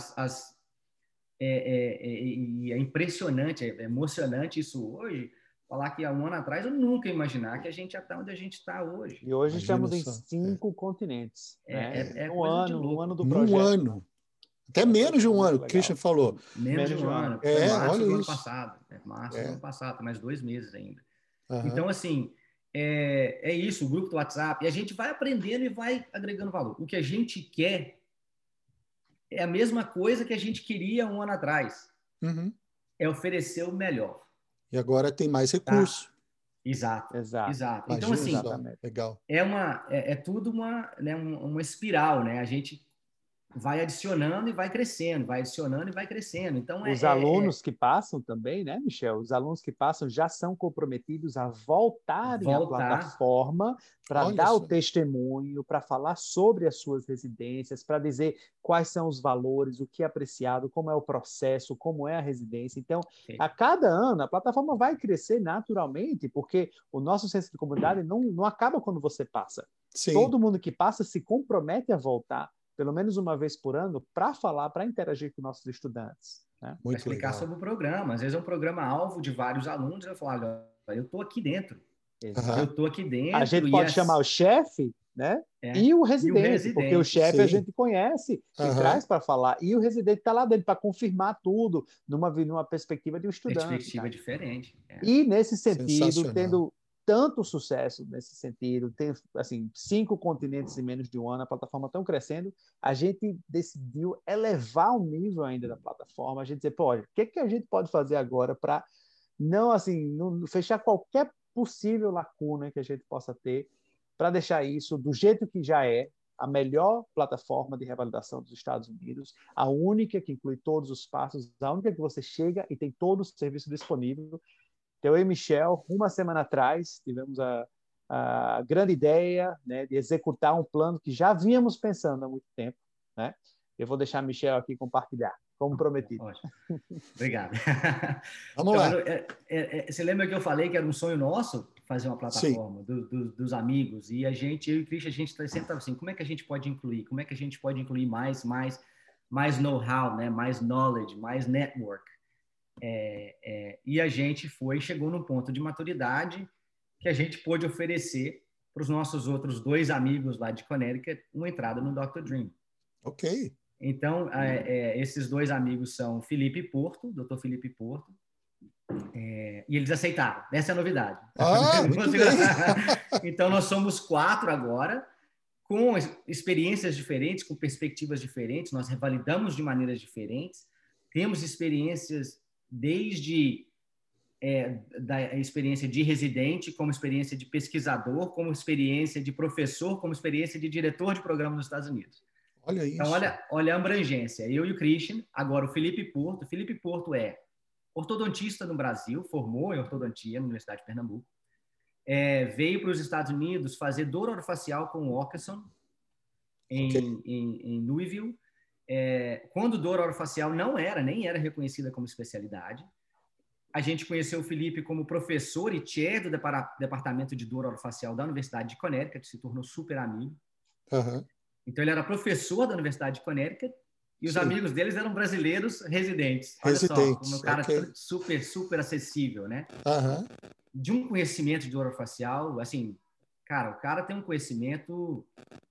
é impressionante, é emocionante isso hoje. Falar que há um ano atrás eu nunca ia imaginar que a gente já está onde a gente está hoje. E hoje estamos em 5 continentes. Um ano do projeto. Um ano. Até menos de um ano, o Christian falou. Menos de um ano. Foi março do ano passado. Março do ano passado, mais 2 meses ainda. Então, assim, é isso, o grupo do WhatsApp. E a gente vai aprendendo e vai agregando valor. O que a gente quer é a mesma coisa que a gente queria um ano atrás. É oferecer o melhor. E agora tem mais recurso. Exato. Então, assim, legal. É tudo uma espiral, né? A gente vai adicionando e vai crescendo, vai adicionando e vai crescendo. Então, os alunos que passam também, né, Michel? Os alunos que passam já são comprometidos a voltarem à plataforma para dar o testemunho, para falar sobre as suas residências, para dizer quais são os valores, o que é apreciado, como é o processo, como é a residência. Então, a cada ano, a plataforma vai crescer naturalmente, porque o nosso senso de comunidade não acaba quando você passa. Todo mundo que passa se compromete a voltar pelo menos uma vez por ano, para falar, para interagir com nossos estudantes. Né? Para explicar sobre o programa. Às vezes é um programa-alvo de vários alunos, eu falo, eu estou aqui dentro. Eu estou aqui dentro. A gente pode chamar o chefe, né? E o residente, porque o chefe a gente conhece e traz para falar. E o residente está lá dentro para confirmar tudo numa perspectiva de um estudante. Perspectiva diferente. E nesse sentido, tendo tanto sucesso nesse sentido, tem assim 5 continentes em menos de um ano, a plataforma está crescendo, a gente decidiu elevar o nível ainda da plataforma, a gente dizer, pô, o que a gente pode fazer agora para não fechar qualquer possível lacuna que a gente possa ter, para deixar isso do jeito que já é, a melhor plataforma de revalidação dos Estados Unidos, a única que inclui todos os passos, a única que você chega e tem todo o serviço disponível. Então, eu e Michel, uma semana atrás, tivemos a grande ideia, né, de executar um plano que já vínhamos pensando há muito tempo. Né? Eu vou deixar a Michel aqui compartilhar, como prometido. Ótimo. Obrigado. Vamos lá. Você lembra que eu falei que era um sonho nosso fazer uma plataforma dos amigos? E eu e o Christian, a gente sempre estava assim, como é que a gente pode incluir? Como é que a gente pode incluir mais know-how, né? Mais knowledge, mais network? E a gente chegou num ponto de maturidade que a gente pôde oferecer para os nossos outros 2 amigos lá de Connecticut uma entrada no Dr. Dream. Ok. Então, esses dois amigos são Felipe Porto, Dr. Felipe Porto, e eles aceitaram. Essa é a novidade. Muito bem. Então, nós somos 4 agora, com experiências diferentes, com perspectivas diferentes, nós revalidamos de maneiras diferentes, temos experiências desde da experiência de residente, como experiência de pesquisador, como experiência de professor, como experiência de diretor de programa nos Estados Unidos. Olha isso. Então, olha a abrangência. Eu e o Christian, agora o Felipe Porto. O Felipe Porto é ortodontista no Brasil, formou em ortodontia na Universidade de Pernambuco. Veio para os Estados Unidos fazer dor orofacial com o Walkerson em Louisville. Quando dor orofacial nem era reconhecida como especialidade. A gente conheceu o Felipe como professor e chair do departamento de dor orofacial da Universidade de Connecticut, se tornou super amigo. Uhum. Então, ele era professor da Universidade de Connecticut e os amigos deles eram brasileiros residentes. Olha só, como um cara super, super acessível, né? Uhum. De um conhecimento de dor orofacial, assim, cara, o cara tem um conhecimento...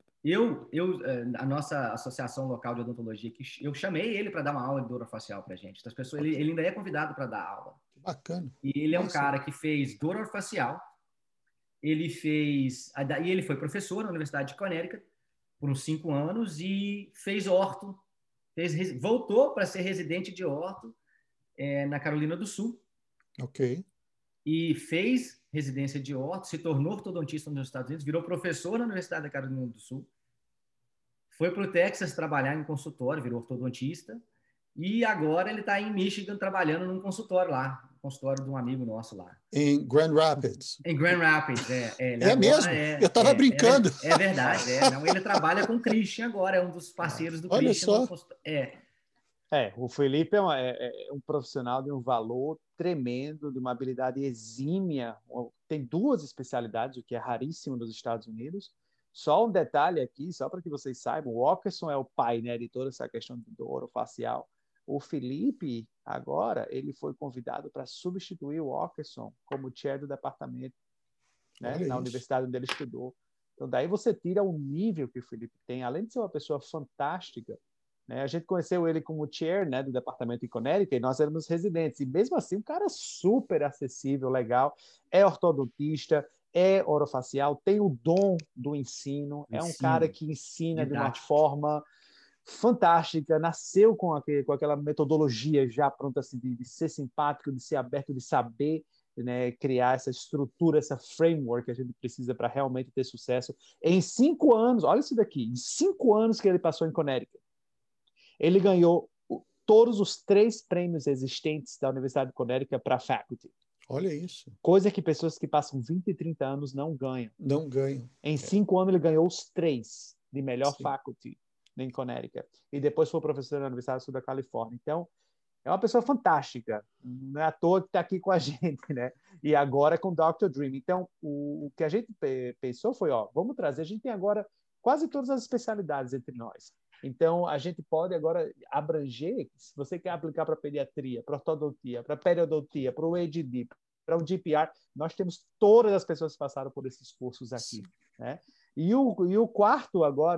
a nossa associação local de odontologia, eu chamei ele para dar uma aula de dor orofacial para a gente. Então, as pessoas, ele ainda é convidado para dar aula. Bacana. E ele é um cara que fez dor orofacial, e ele foi professor na Universidade de Connecticut por uns 5 anos e fez orto, voltou para ser residente de orto na Carolina do Sul. Ok. E fez residência de orto, se tornou ortodontista nos Estados Unidos, virou professor na Universidade da Carolina do Sul, foi para o Texas trabalhar em consultório, virou ortodontista, e agora ele está em Michigan trabalhando num consultório lá, um consultório de um amigo nosso lá. Em Grand Rapids. Em Grand Rapids, mesmo? Eu estava brincando. É verdade, não, ele trabalha com o Christian agora, é um dos parceiros do Olha Christian. Só. O Felipe é um profissional de um valor tremendo, de uma habilidade exímia. Tem 2 especialidades, o que é raríssimo nos Estados Unidos. Só um detalhe aqui, só para que vocês saibam, o Walkerson é o pai, né, de toda essa questão do orofacial. O Felipe, agora, ele foi convidado para substituir o Walkerson como chair do departamento, né, na universidade onde ele estudou. Então, daí você tira o nível que o Felipe tem, além de ser uma pessoa fantástica, né, a gente conheceu ele como chair, né, do departamento em Connecticut, e nós éramos residentes, e mesmo assim, um cara super acessível, legal, é ortodontista, é orofacial, tem o dom do ensino, é um cara que ensina de uma forma fantástica, nasceu com aquela metodologia já pronta assim, de ser simpático, de ser aberto, de saber, né, criar essa estrutura, essa framework que a gente precisa para realmente ter sucesso. Em 5 anos, olha isso daqui, em 5 anos que ele passou em Connecticut, ele ganhou todos os 3 prêmios existentes da Universidade de Connecticut para faculty. Olha isso. Coisa que pessoas que passam 20 e 30 anos não ganham. Não ganham. Em 5 anos ele ganhou os 3 de melhor faculty em Connecticut. E depois foi professor na Universidade do Sul da Califórnia. Então, é uma pessoa fantástica. Não é à toa que está aqui com a gente, né? E agora com o Dr. Dream. Então, o que a gente pensou foi, vamos trazer, a gente tem agora quase todas as especialidades entre nós. Então, a gente pode agora abranger, se você quer aplicar para pediatria, para ortodontia, para periodontia, para o ADD, para o GPR, nós temos todas as pessoas que passaram por esses cursos aqui, né? E o quarto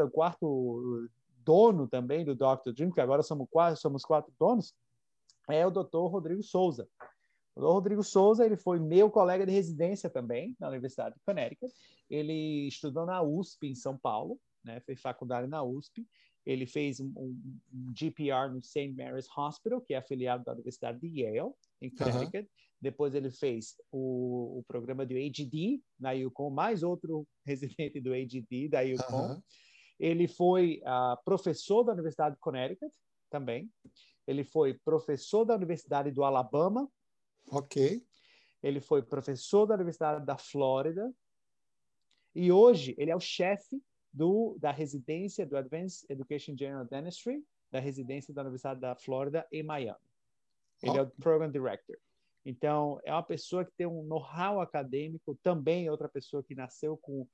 dono também do Dr. Dream, que agora somos 4 donos, é o Dr. Rodrigo Souza. O Dr. Rodrigo Souza, ele foi meu colega de residência também, na Universidade de Connecticut. Ele estudou na USP, em São Paulo, né? Fez faculdade na USP. Ele fez um GPR no St. Mary's Hospital, que é afiliado da Universidade de Yale, em Connecticut. Depois ele fez o programa do AGD na UConn, mais outro residente do AGD da UConn. Ele foi professor da Universidade de Connecticut também. Ele foi professor da Universidade do Alabama. Ok. Ele foi professor da Universidade da Flórida. E hoje ele é o chefe da residência do Advanced Education General Dentistry, da residência da Universidade da Flórida em Miami. Ele é o Program Director. Então, é uma pessoa que tem um know-how acadêmico, também é outra pessoa que nasceu com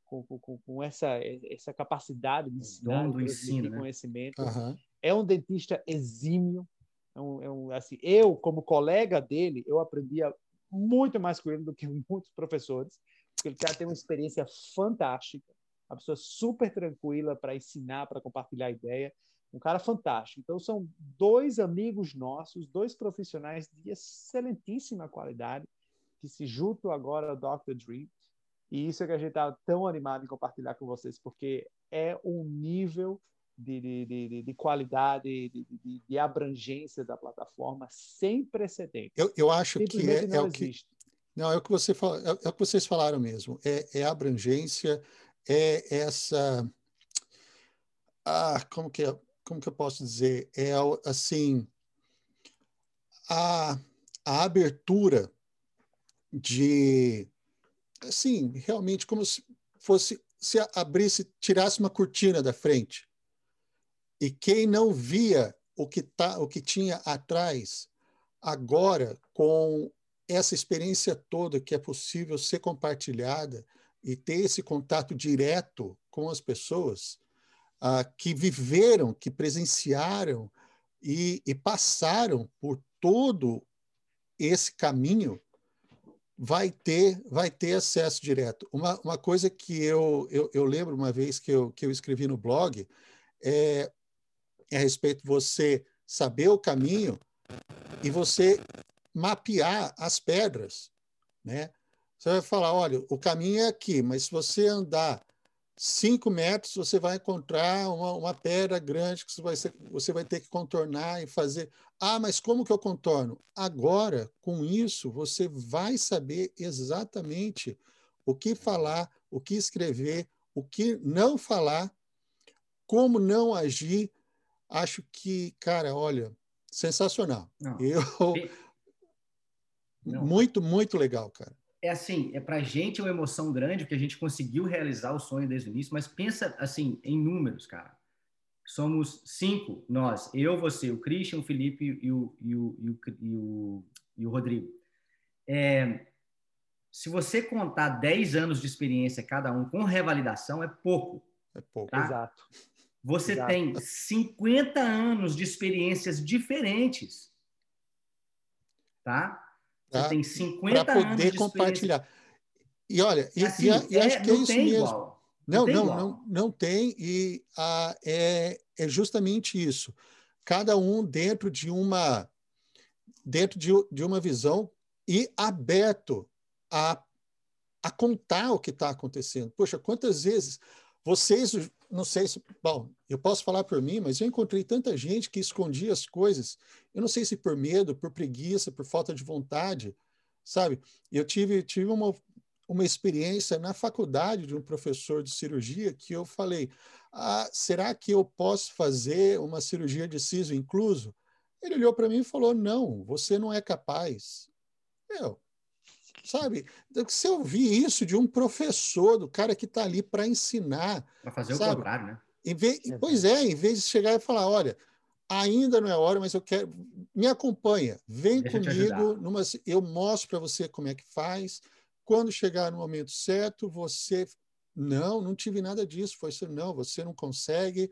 essa capacidade de ensinar, do ensino, né? Conhecimento. É um dentista exímio. Assim, eu, como colega dele, eu aprendia muito mais com ele do que muitos professores, porque ele tem uma experiência fantástica. uma pessoa super tranquila para ensinar, para compartilhar ideia, um cara fantástico. Então, são dois amigos nossos, dois profissionais de excelentíssima qualidade, que se juntam agora ao Dr. Dream. E isso é que a gente está tão animado em compartilhar com vocês, porque é um nível de qualidade, de abrangência da plataforma sem precedentes. Eu acho que não o que... existe. Não, é o que você fala, é o que vocês falaram mesmo. É a abrangência, é essa... como que eu posso dizer? Assim, a abertura de... Assim, realmente, como se fosse... Se abrisse, tirasse uma cortina da frente, e quem não via o que tinha atrás, agora, com essa experiência toda que é possível ser compartilhada e ter esse contato direto com as pessoas que viveram, que presenciaram e passaram por todo esse caminho, vai ter acesso direto. Uma coisa que eu lembro uma vez que eu escrevi no blog é a respeito de você saber o caminho e você mapear as pedras, né? Você vai falar, olha, o caminho é aqui, mas se você andar 5 metros, você vai encontrar uma pedra grande que você vai ter que contornar e fazer. Ah, mas como que eu contorno? Agora, com isso, você vai saber exatamente o que falar, o que escrever, o que não falar, como não agir. Acho que, cara, olha, sensacional. Não. Muito, muito legal, cara. É assim, para a gente é uma emoção grande, porque a gente conseguiu realizar o sonho desde o início, mas pensa assim, em números, cara. Somos 5, nós, eu, você, o Christian, o Felipe e o Rodrigo. Se você contar 10 anos de experiência cada um com revalidação, é pouco. É pouco. Tá? Exato. Você Exato. tem 50 anos de experiências diferentes. Tá? Você tem 50 para anos poder de compartilhar. E olha, assim, e acho que é isso mesmo. Igual. Não tem, e é justamente isso. Cada um dentro de uma visão e aberto a contar o que está acontecendo. Poxa, quantas vezes vocês, não sei se... Bom, eu posso falar por mim, mas eu encontrei tanta gente que escondia as coisas. Eu não sei se por medo, por preguiça, por falta de vontade, sabe? Eu tive uma experiência na faculdade de um professor de cirurgia que eu falei, será que eu posso fazer uma cirurgia de siso incluso? Ele olhou para mim e falou, não, você não é capaz. Sabe? Se eu ouvir isso de um professor, do cara que está ali para ensinar... Para fazer sabe? o contrário, né? Pois é, em vez de chegar e falar, olha, ainda não é hora, mas eu quero... Me acompanha, vem comigo, eu mostro para você como é que faz. Quando chegar no momento certo, você... Não tive nada disso. Foi assim, não, você não consegue,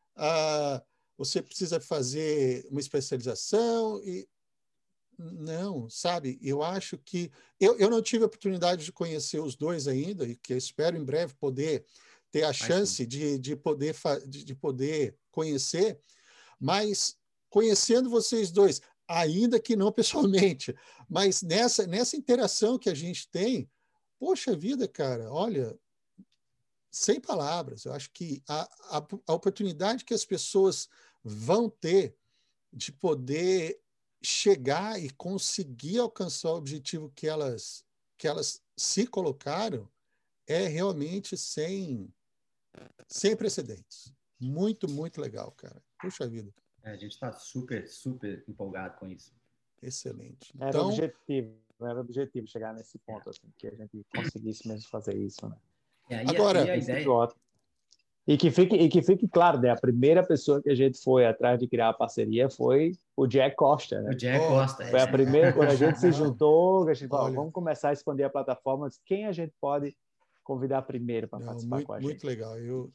você precisa fazer uma especialização e... Não, sabe? Eu acho que... Eu não tive a oportunidade de conhecer os dois ainda, e que eu espero em breve poder ter a chance de poder conhecer, mas conhecendo vocês dois, ainda que não pessoalmente, mas nessa interação que a gente tem, poxa vida, cara, olha, sem palavras. Eu acho que a oportunidade que as pessoas vão ter de poder chegar e conseguir alcançar o objetivo que elas se colocaram é realmente sem precedentes. Muito, muito legal, cara. Puxa vida. A gente está super, super empolgado com isso. Excelente. Era objetivo chegar nesse ponto, assim, que a gente conseguisse mesmo fazer isso, né? Agora, a ideia... E que fique claro, né? A primeira pessoa que a gente foi atrás de criar a parceria foi o Jack Costa, né? O Jack Costa. Foi a primeira, quando a gente se juntou, a gente falou, vamos começar a expandir a plataforma, quem a gente pode convidar primeiro para participar com a gente? Muito legal. Eu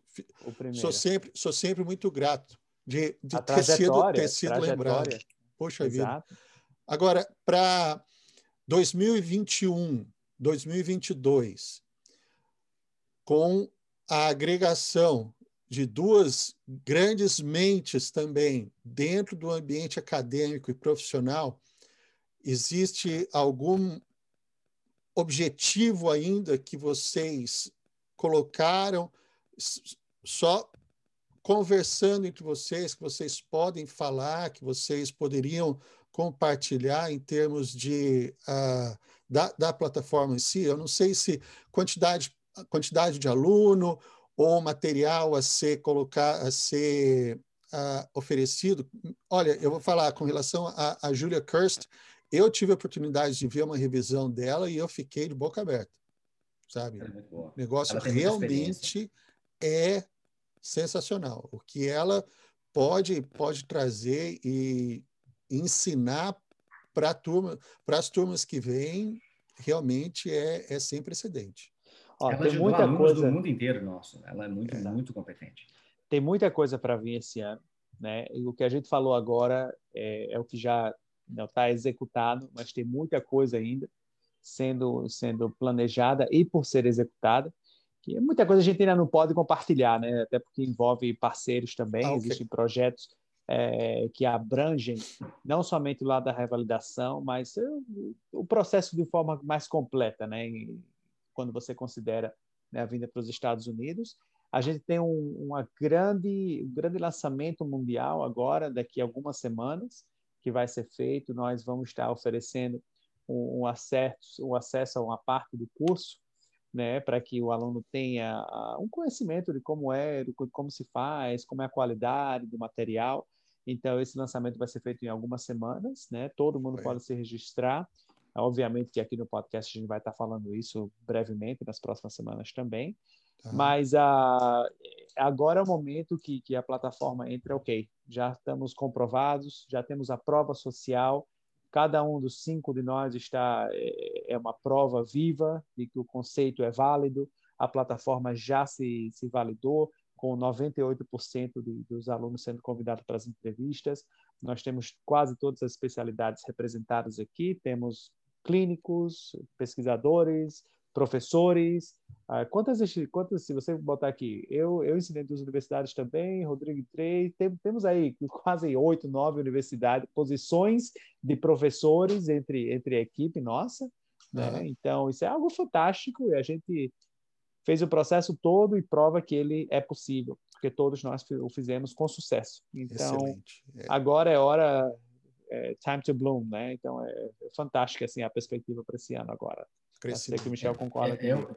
sou sempre muito grato de ter sido lembrado. Poxa vida. Agora, para 2021, 2022, com a agregação de duas grandes mentes também dentro do ambiente acadêmico e profissional, existe algum objetivo ainda que vocês colocaram só conversando entre vocês, que vocês podem falar, que vocês poderiam compartilhar em termos de, da plataforma em si? Eu não sei se quantidade de aluno ou material a ser oferecido. Olha, eu vou falar com relação a Julia Kirst. Eu tive a oportunidade de ver uma revisão dela e eu fiquei de boca aberta, sabe? O negócio realmente é sensacional. O que ela pode trazer e ensinar para as turmas que vêm realmente é sem precedente. Ela tem muita alunos do mundo inteiro, nosso. Ela é muito competente. Tem muita coisa para vir esse ano, né? E o que a gente falou agora é o que já não está executado, mas tem muita coisa ainda sendo planejada e por ser executada, que muita coisa a gente ainda não pode compartilhar, né? Até porque envolve parceiros também, okay. Existem projetos que abrangem não somente o lado da revalidação, mas o processo de forma mais completa, né? Quando você considera, né, a vinda para os Estados Unidos. A gente tem um grande lançamento mundial agora, daqui a algumas semanas, que vai ser feito. Nós vamos estar oferecendo um acesso a uma parte do curso, né, para que o aluno tenha um conhecimento de como como se faz, como é a qualidade do material. Então, esse lançamento vai ser feito em algumas semanas, né? Todo mundo pode se registrar. Obviamente que aqui no podcast a gente vai estar falando isso brevemente, nas próximas semanas também. Mas agora é o momento que a plataforma entra, ok, já estamos comprovados, já temos a prova social, cada um dos 5 de nós é uma prova viva de que o conceito é válido, a plataforma já se validou, com 98% dos alunos sendo convidados para as entrevistas. Nós temos quase todas as especialidades representadas aqui, temos clínicos, pesquisadores, professores. Quantas, se você botar aqui, eu ensinei das universidades também, Rodrigo 3, temos aí quase 8, 9 universidades, posições de professores entre a equipe nossa, né? Então, isso é algo fantástico e a gente fez o processo todo e prova que ele é possível, porque todos nós o fizemos com sucesso. Então, agora é hora, time to bloom, né? Então, é fantástica assim, a perspectiva para esse ano agora. Eu sei que o Michel concorda comigo.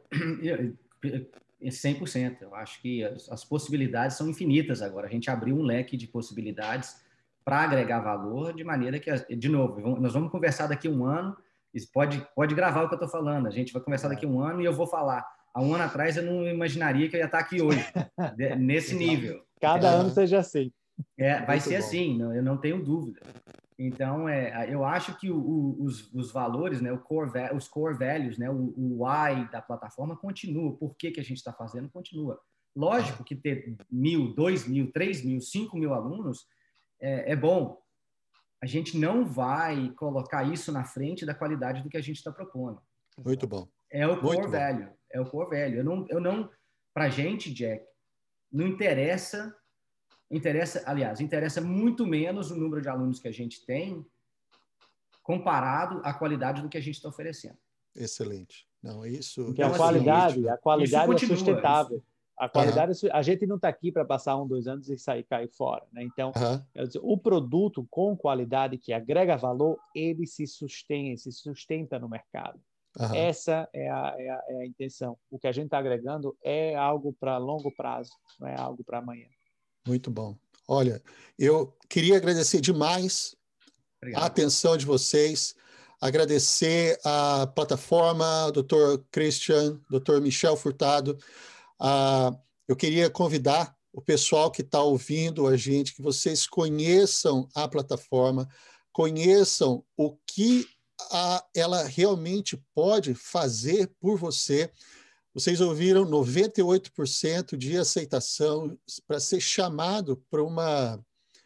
100%. Eu acho que as possibilidades são infinitas agora. A gente abriu um leque de possibilidades para agregar valor, de maneira que, de novo, nós vamos conversar daqui a um ano, pode gravar o que eu estou falando, a gente vai conversar daqui a um ano e eu vou falar. Há um ano atrás eu não imaginaria que eu ia estar aqui hoje, nesse nível. Cada ano seja assim. Vai ser assim, eu não tenho dúvida. Então, eu acho que os valores, né, os core values, né, o why da plataforma continua. Por que a gente está fazendo? Continua. Lógico que ter 1.000, 2.000, 3.000, 5.000 alunos é bom. A gente não vai colocar isso na frente da qualidade do que a gente está propondo. Muito bom. É o core value. É o core value. Eu não, para a gente, Jack, não interessa, aliás, interessa muito menos o número de alunos que a gente tem comparado à qualidade do que a gente está oferecendo. Excelente. Não, isso. Porque a qualidade é sustentável. A qualidade, a gente não está aqui para passar 1, 2 anos e cair fora, né? Então, o produto com qualidade que agrega valor, ele se sustenta no mercado. Essa é a intenção. O que a gente está agregando é algo para longo prazo, não é algo para amanhã. Muito bom. Olha, eu queria agradecer demais a atenção de vocês, agradecer a plataforma, Dr. Christian, Dr. Michel Furtado. Eu queria convidar o pessoal que está ouvindo a gente, que vocês conheçam a plataforma, conheçam o que ela realmente pode fazer por você. Vocês ouviram 98% de aceitação para ser chamado para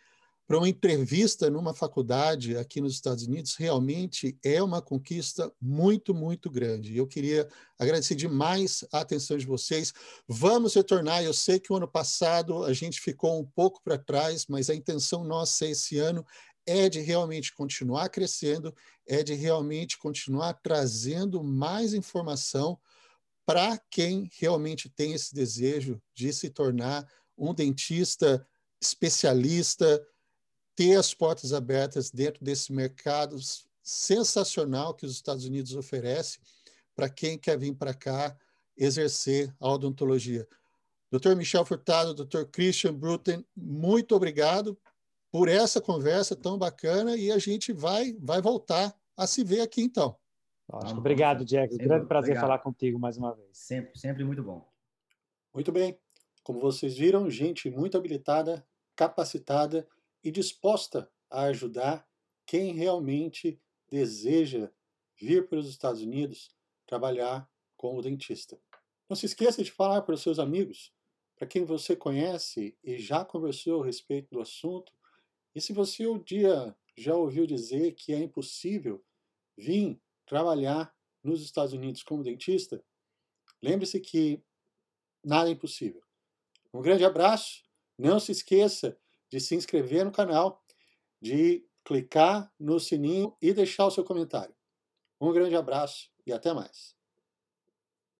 para uma entrevista numa faculdade aqui nos Estados Unidos, realmente é uma conquista muito, muito grande. Eu queria agradecer demais a atenção de vocês. Vamos retornar. Eu sei que o ano passado a gente ficou um pouco para trás, mas a intenção nossa esse ano é de realmente continuar crescendo, é de realmente continuar trazendo mais informação para quem realmente tem esse desejo de se tornar um dentista especialista, ter as portas abertas dentro desse mercado sensacional que os Estados Unidos oferece para quem quer vir para cá exercer a odontologia. Dr. Michel Furtado, Dr. Christian Brutten, muito obrigado por essa conversa tão bacana e a gente vai voltar a se ver aqui então. Obrigado, Jack. Grande prazer falar contigo mais uma vez. Sempre muito bom. Muito bem. Como vocês viram, gente muito habilitada, capacitada e disposta a ajudar quem realmente deseja vir para os Estados Unidos trabalhar como dentista. Não se esqueça de falar para os seus amigos, para quem você conhece e já conversou a respeito do assunto. E se você um dia já ouviu dizer que é impossível vir trabalhar nos Estados Unidos como dentista, lembre-se que nada é impossível. Um grande abraço. Não se esqueça de se inscrever no canal, de clicar no sininho e deixar o seu comentário. Um grande abraço e até mais.